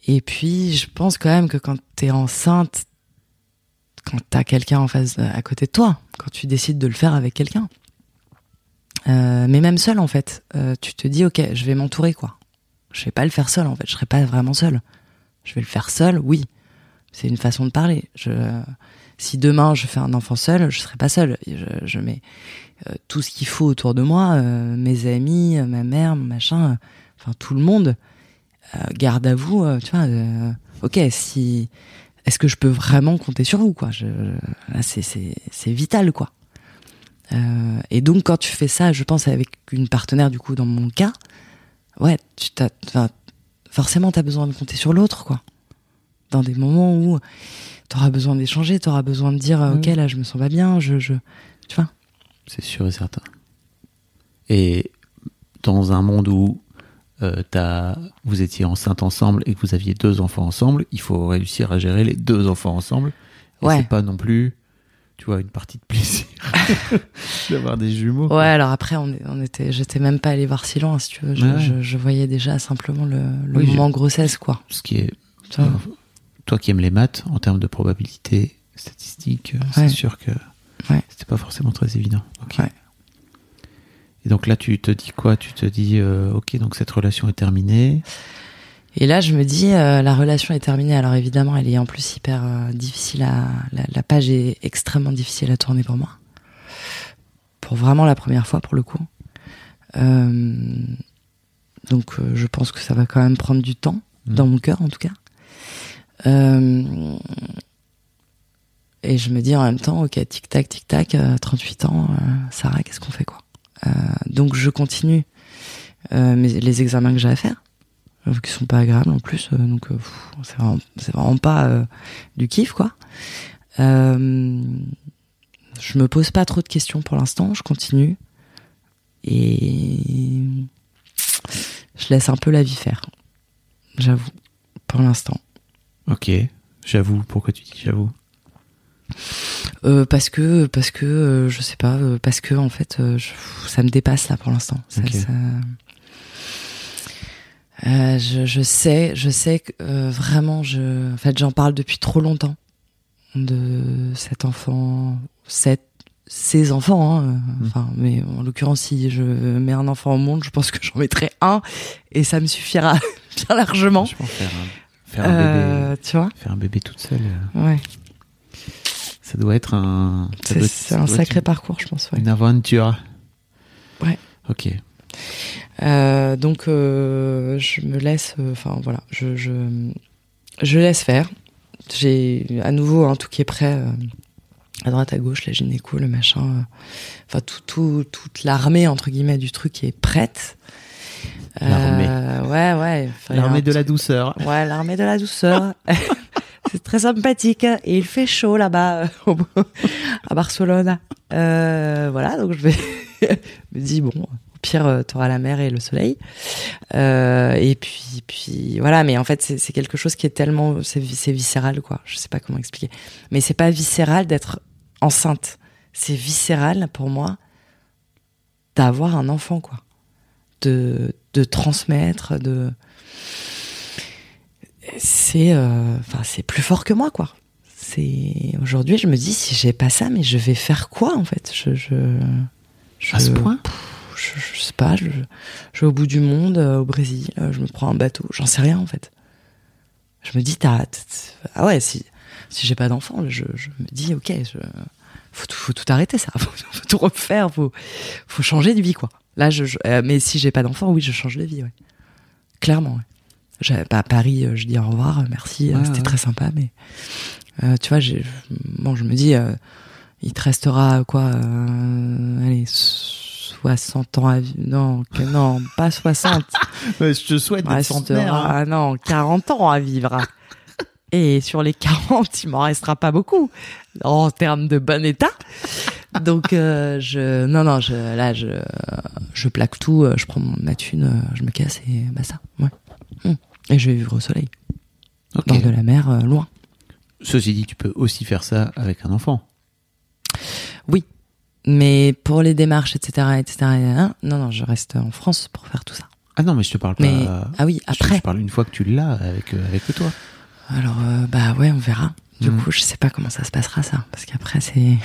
Et puis, je pense quand même que quand t'es enceinte, quand t'as quelqu'un en face, à côté de toi, quand tu décides de le faire avec quelqu'un, mais même seule en fait, tu te dis ok, je vais m'entourer quoi. Je vais pas le faire seule en fait, je serai pas vraiment seule. Je vais le faire seule, oui. C'est une façon de parler. Si demain je fais un enfant seul, je serai pas seule. Je mets tout ce qu'il faut autour de moi, mes amis, ma mère, mon machin, enfin tout le monde. Garde à vous, tu vois. Ok, est-ce que je peux vraiment compter sur vous quoi. Là, c'est vital quoi. Et donc quand tu fais ça, je pense avec une partenaire du coup dans mon cas, ouais, forcément t'as besoin de compter sur l'autre quoi. Dans des moments où t'auras besoin d'échanger, t'auras besoin de dire ok là je me sens pas bien, tu vois. C'est sûr et certain. Et dans un monde où vous étiez enceinte ensemble et que vous aviez 2 enfants ensemble, il faut réussir à gérer les 2 enfants ensemble. Et ouais. C'est pas non plus, tu vois, une partie de plaisir d'avoir des jumeaux. Ouais, alors après j'étais même pas allée voir si loin si tu veux. Je voyais déjà simplement le moment grossesse quoi. Ce qui est toi qui aimes les maths, en termes de probabilité statistique, c'est sûr que c'était pas forcément très évident. Okay. Ouais. Et donc là, tu te dis quoi ? Tu te dis, ok, donc cette relation est terminée. Et là, je me dis, la relation est terminée. Alors évidemment, elle est en plus hyper difficile la page est extrêmement difficile à tourner pour moi. Pour vraiment la première fois, pour le coup. Donc je pense que ça va quand même prendre du temps, dans mon cœur en tout cas. Et je me dis en même temps, ok, tic-tac, 38 ans, Sarah, qu'est-ce qu'on fait quoi ? Donc je continue les examens que j'ai à faire, qui sont pas agréables en plus, donc c'est vraiment pas du kiff quoi. Je me pose pas trop de questions pour l'instant, je continue et je laisse un peu la vie faire, j'avoue, pour l'instant. Ok, j'avoue. Pourquoi tu dis j'avoue ? Parce que je sais pas, parce que en fait ça me dépasse là pour l'instant. Okay. Je sais que vraiment en fait j'en parle depuis trop longtemps de cet enfant, ces enfants enfin, mais en l'occurrence si je mets un enfant au monde, je pense que j'en mettrai un et ça me suffira bien largement. Je pense faire un bébé, tu vois, faire un bébé toute seule. Ouais. Ça doit être c'est un sacré parcours, je pense. Ouais. Une aventure. Ouais. Ok. Donc je me laisse, enfin voilà, je laisse faire. J'ai à nouveau tout qui est prêt, à droite, à gauche, la gynéco, le machin, enfin toute l'armée entre guillemets du truc est prête. L'armée. Ouais. L'armée de la douceur. Ouais, l'armée de la douceur. C'est très sympathique et il fait chaud là-bas à Barcelone. Voilà, donc je me dis bon, au pire t'auras la mer et le soleil. Et puis voilà, mais en fait c'est quelque chose qui est tellement c'est viscéral quoi. Je sais pas comment expliquer, mais c'est pas viscéral d'être enceinte. C'est viscéral pour moi d'avoir un enfant quoi, de transmettre, c'est plus fort que moi quoi. C'est aujourd'hui je me dis si j'ai pas ça mais je vais faire quoi en fait. À ce point je sais pas, je vais au bout du monde, au Brésil, je me prends un bateau, j'en sais rien en fait. Je me dis ah ouais, si j'ai pas d'enfant, je me dis ok, faut tout arrêter ça, faut tout refaire, faut changer de vie quoi. Là mais si j'ai pas d'enfant, oui, je change de vie, ouais. Clairement, ouais. À Paris, je dis au revoir, merci, c'était très sympa, mais tu vois, je me dis, il te restera quoi, allez, 60 ans à vivre. Non, pas 60. Je te souhaite d'être centenaire. Ah non, 40 ans à vivre. Et sur les 40, il m'en restera pas beaucoup en termes de bon état. Donc je plaque tout, je prends ma thune, je me casse et basta. Ouais. Et je vais vivre au soleil. Okay. Bord de la mer, loin. Ceci dit, tu peux aussi faire ça avec un enfant. Oui, mais pour les démarches, etc., non, je reste en France pour faire tout ça. Ah non, mais je te parle Mais pas. ah oui, après. Je parle une fois que tu l'as avec toi. Alors bah ouais, on verra. Du coup, je sais pas comment ça se passera ça, parce qu'après c'est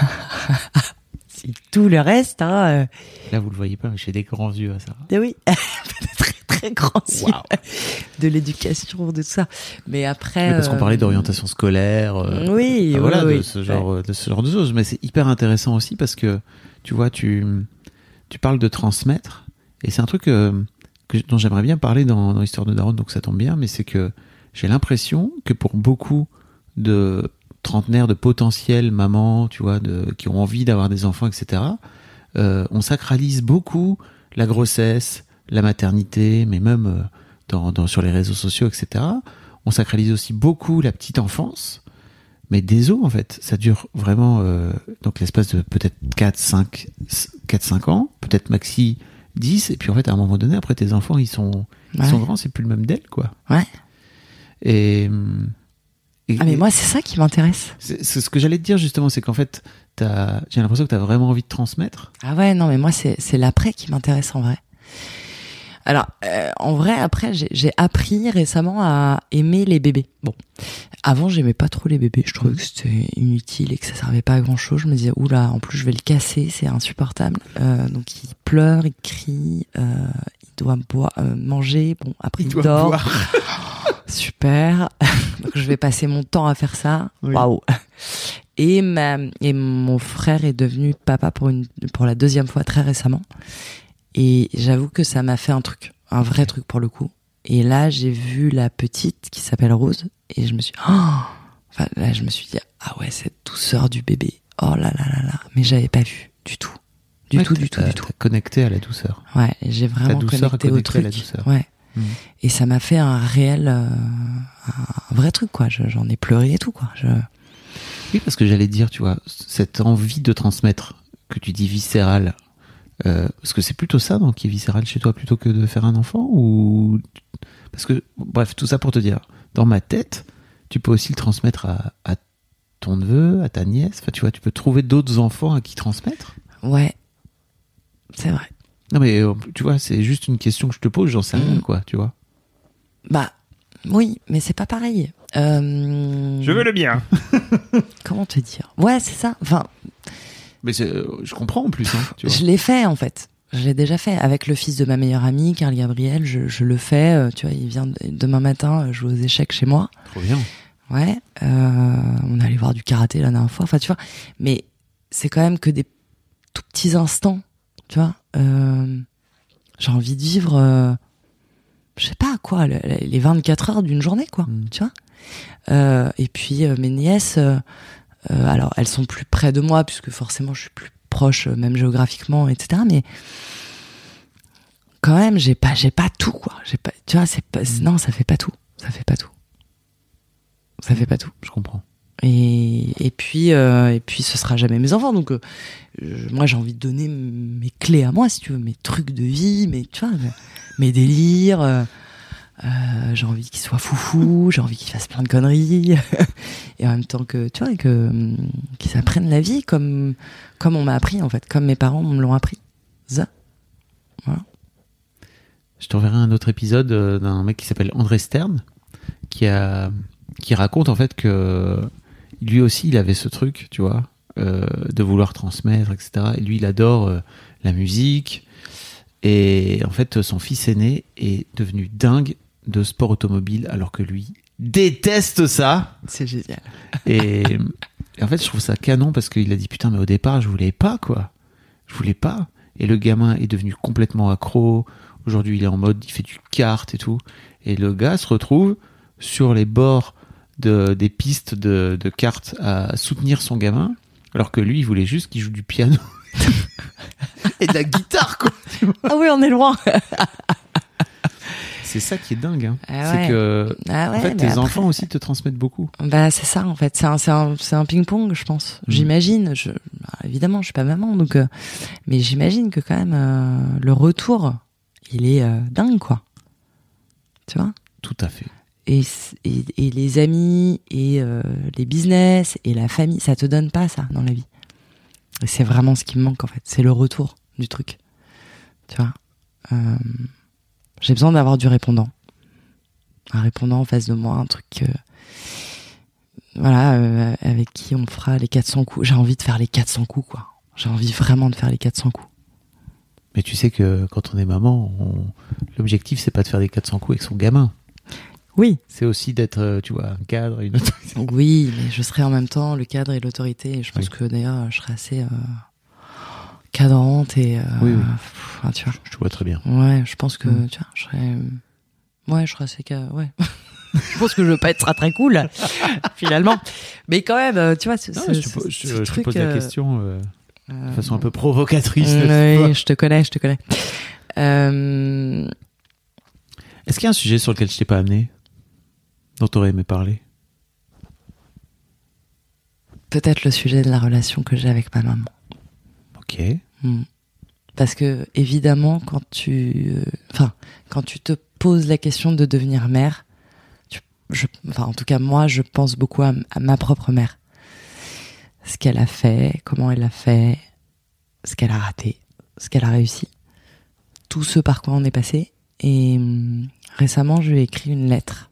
tout le reste. Hein, Là, vous le voyez pas, mais j'ai des grands yeux à ça. oui, très très grands yeux de l'éducation, de tout ça. Mais après. Mais parce qu'on parlait d'orientation scolaire. Oui, voilà, oui, de ce genre de choses. Mais c'est hyper intéressant aussi parce que tu vois, tu parles de transmettre, et c'est un truc dont j'aimerais bien parler dans l'histoire de Daron, donc ça tombe bien. Mais c'est que j'ai l'impression que pour beaucoup de trentenaires, de potentiels mamans, tu vois, qui ont envie d'avoir des enfants, etc. On sacralise beaucoup la grossesse, la maternité, mais même sur les réseaux sociaux, etc. On sacralise aussi beaucoup la petite enfance, mais désolé en fait, ça dure vraiment donc l'espace de peut-être 4-5 ans, peut-être maxi 10, et puis en fait à un moment donné, après tes enfants ils sont grands, c'est plus le même d'elle, quoi. Ouais. Et mais moi c'est ça qui m'intéresse. C'est ce que j'allais te dire justement, c'est qu'en fait j'ai l'impression que t'as vraiment envie de transmettre. Ah ouais, non mais moi c'est l'après qui m'intéresse en vrai. Alors en vrai, après j'ai appris récemment à aimer les bébés. Bon, avant j'aimais pas trop les bébés, je trouvais que c'était inutile et que ça servait pas à grand chose. Je me disais oula, en plus je vais le casser, c'est insupportable. Donc il pleure, il crie, il doit manger, bon après il dort. Super. Donc je vais passer mon temps à faire ça. Waouh. Et mon frère est devenu papa pour la deuxième fois très récemment. Et j'avoue que ça m'a fait un vrai truc pour le coup. Et là, j'ai vu la petite qui s'appelle Rose et je me suis dit ah ouais, cette douceur du bébé. Oh là là là là, mais j'avais pas vu du tout. Du tout. T'as connecté à la douceur. Ouais, j'ai vraiment connecté au truc. À la douceur. Ouais. Et ça m'a fait un vrai truc, quoi. J'en ai pleuré et tout, quoi. Oui, parce que j'allais dire, tu vois, cette envie de transmettre que tu dis viscérale, parce que c'est plutôt ça, donc, qui est viscéral chez toi plutôt que de faire un enfant, ou parce que bref, tout ça pour te dire, dans ma tête, tu peux aussi le transmettre à ton neveu, à ta nièce. Enfin, tu vois, tu peux trouver d'autres enfants à qui transmettre. Ouais, c'est vrai. Non mais tu vois, c'est juste une question que je te pose, j'en sais rien, quoi, tu vois. Bah oui, mais c'est pas pareil. Je veux le bien. Comment te dire ? Ouais, c'est ça. Enfin. Mais je comprends en plus. Hein, tu vois. Je l'ai fait en fait. Je l'ai déjà fait avec le fils de ma meilleure amie, Carl Gabriel. Je le fais. Tu vois, il vient demain matin jouer aux échecs chez moi. Trop bien. Ouais. On est allé voir du karaté la dernière fois. Enfin, tu vois. Mais c'est quand même que des tout petits instants. Tu vois. J'ai envie de vivre. Je sais pas quoi, les 24 heures d'une journée, quoi. Tu vois. Et puis mes nièces, alors elles sont plus près de moi puisque forcément je suis plus proche, même géographiquement, etc. Mais quand même, j'ai pas tout, quoi. Tu vois, non, ça fait pas tout. Ça fait pas tout. Je comprends. Et puis ce sera jamais mes enfants. Donc moi j'ai envie de donner mes clés à moi, si tu veux, mes trucs de vie, tu vois, mes délires. J'ai envie qu'ils soient foufou, j'ai envie qu'ils fassent plein de conneries, et en même temps que tu vois, qu'ils apprennent la vie comme on m'a appris en fait, comme mes parents me l'ont appris. Ça. Voilà. Je t'enverrai un autre épisode d'un mec qui s'appelle André Stern qui raconte en fait que lui aussi il avait ce truc, tu vois, de vouloir transmettre, etc. Et lui il adore la musique. Et en fait, son fils aîné est devenu dingue de sport automobile alors que lui déteste ça. C'est génial. Et en fait, je trouve ça canon parce qu'il a dit putain, mais au départ, je voulais pas, quoi. Je voulais pas. Et le gamin est devenu complètement accro. Aujourd'hui, il est en mode, il fait du kart et tout. Et le gars se retrouve sur les bords des pistes de kart à soutenir son gamin alors que lui, il voulait juste qu'il joue du piano. Et de la guitare, quoi. Ah oui, on est loin. C'est ça qui est dingue, hein. Ah c'est ouais. que en fait, tes enfants aussi te transmettent beaucoup. Bah c'est ça en fait, c'est un ping-pong, je pense. J'imagine. Évidemment, je suis pas maman, donc mais j'imagine que quand même le retour, il est dingue, quoi. Tu vois ? Tout à fait. Et les amis et les business et la famille, ça te donne pas ça dans la vie. Et c'est vraiment ce qui me manque en fait, c'est le retour du truc. Tu vois. J'ai besoin d'avoir du répondant. Un répondant en face de moi, un truc avec qui on fera les 400 coups. J'ai envie de faire les 400 coups, quoi. J'ai envie vraiment de faire les 400 coups. Mais tu sais que quand on est maman, l'objectif, c'est pas de faire des 400 coups avec son gamin. Oui. C'est aussi d'être, tu vois, un cadre, une autorité. Oui, mais je serai en même temps le cadre et l'autorité. Et je pense que d'ailleurs, je serai assez cadrante et... oui. Tu vois. Je te vois très bien. Ouais, je pense que, tu vois, je serai assez ouais. Je pense que je veux pas être très cool, finalement. Mais quand même, tu vois, je te pose la question de façon un peu provocatrice. Oui, je te connais. Est-ce qu'il y a un sujet sur lequel je t'ai pas amené, dont tu aurais aimé parler? Peut-être le sujet de la relation que j'ai avec ma maman. Ok. Parce que, évidemment, quand tu te poses la question de devenir mère, en tout cas, moi, je pense beaucoup à ma propre mère. Ce qu'elle a fait, comment elle l'a fait, ce qu'elle a raté, ce qu'elle a réussi. Tout ce par quoi on est passé. Et récemment, je lui ai écrit une lettre.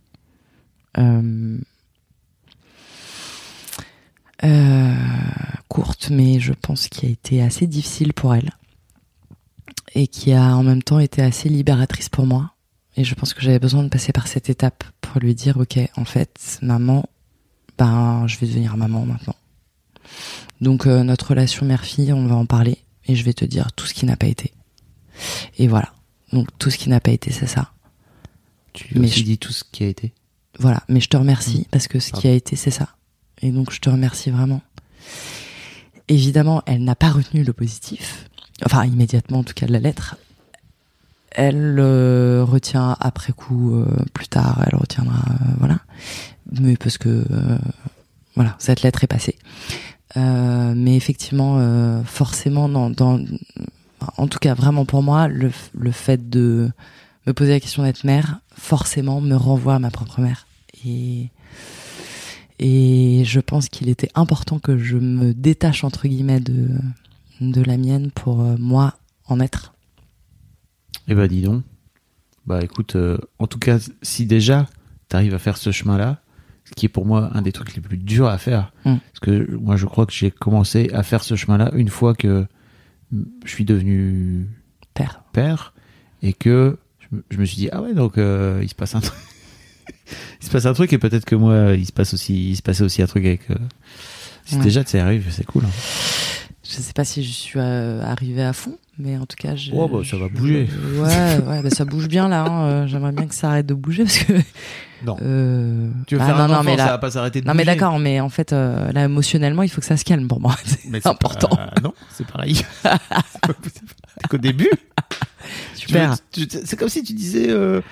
Courte, mais je pense qui a été assez difficile pour elle. Et qui a en même temps été assez libératrice pour moi. Et je pense que j'avais besoin de passer par cette étape pour lui dire, ok, en fait, maman, je vais devenir maman maintenant. Donc notre relation mère-fille, on va en parler et je vais te dire tout ce qui n'a pas été. Et voilà. Donc tout ce qui n'a pas été, c'est ça. Tu lui as aussi dit tout ce qui a été. Voilà, mais je te remercie parce que ce qui a été, c'est ça. Et donc je te remercie vraiment. Évidemment, elle n'a pas retenu le positif. Enfin, immédiatement, en tout cas, de la lettre. Elle retient après coup, plus tard, elle retiendra, voilà. Mais parce que, voilà, cette lettre est passée. Mais effectivement, forcément, en tout cas, vraiment pour moi, le fait de me poser la question d'être mère, forcément, me renvoie à ma propre mère. Et je pense qu'il était important que je me détache, entre guillemets, de la mienne pour moi en être. Eh ben dis donc. Bah écoute, en tout cas, si déjà t'arrives à faire ce chemin-là, ce qui est pour moi un des trucs les plus durs à faire, parce que moi je crois que j'ai commencé à faire ce chemin-là une fois que je suis devenu père et que je me suis dit ah ouais, donc il se passe un truc. Il se passe un truc et peut-être que moi il se passait aussi un truc avec si déjà ça arrive, c'est cool. Je sais pas si je suis arrivée à fond, mais en tout cas ça va bouger. Ouais, ça bouge bien là. J'aimerais bien que ça arrête de bouger parce que non. Tu veux faire un enfant, mais là, ça va pas s'arrêter de bouger. Non mais d'accord, mais en fait là émotionnellement il faut que ça se calme pour moi. C'est important. Non, c'est pareil. C'est qu'au début. Super. C'est comme si tu disais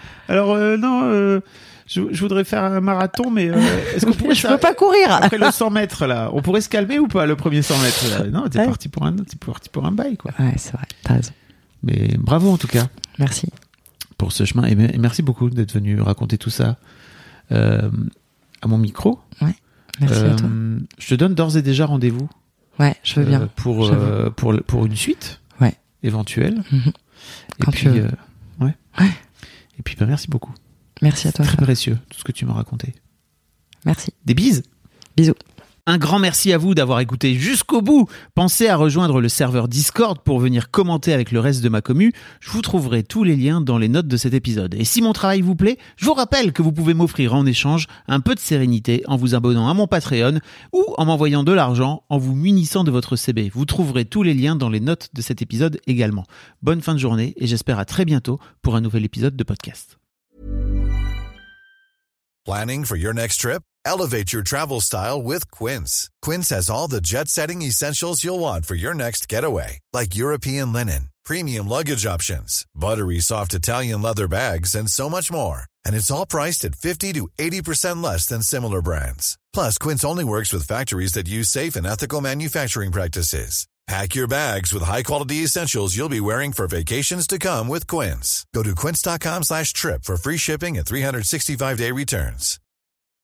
je voudrais faire un marathon, mais est-ce qu'on pourrait... Je peux pas courir. Après le 100 mètres, là, on pourrait se calmer ou pas, le premier 100 mètres là? Non, t'es parti pour un bail, quoi. Ouais, c'est vrai, t'as raison. Mais bravo, en tout cas. Merci. Pour ce chemin, et merci beaucoup d'être venu raconter tout ça à mon micro. Ouais, merci à toi. Je te donne d'ores et déjà rendez-vous. Ouais, je veux bien. Pour une suite éventuelle. Quand tu veux. Ouais. Et puis, merci beaucoup. Merci à toi. Très précieux, tout ce que tu m'as raconté. Merci. Des bises. Bisous. Un grand merci à vous d'avoir écouté jusqu'au bout. Pensez à rejoindre le serveur Discord pour venir commenter avec le reste de ma commu. Je vous trouverai tous les liens dans les notes de cet épisode. Et si mon travail vous plaît, je vous rappelle que vous pouvez m'offrir en échange un peu de sérénité en vous abonnant à mon Patreon ou en m'envoyant de l'argent en vous munissant de votre CB. Vous trouverez tous les liens dans les notes de cet épisode également. Bonne fin de journée et j'espère à très bientôt pour un nouvel épisode de podcast. Planning for your next trip? Elevate your travel style with Quince. Quince has all the jet-setting essentials you'll want for your next getaway, like European linen, premium luggage options, buttery soft Italian leather bags, and so much more. And it's all priced at 50 to 80% less than similar brands. Plus, Quince only works with factories that use safe and ethical manufacturing practices. Pack your bags with high-quality essentials you'll be wearing for vacations to come with Quince. Go to quince.com/trip for free shipping and 365-day returns.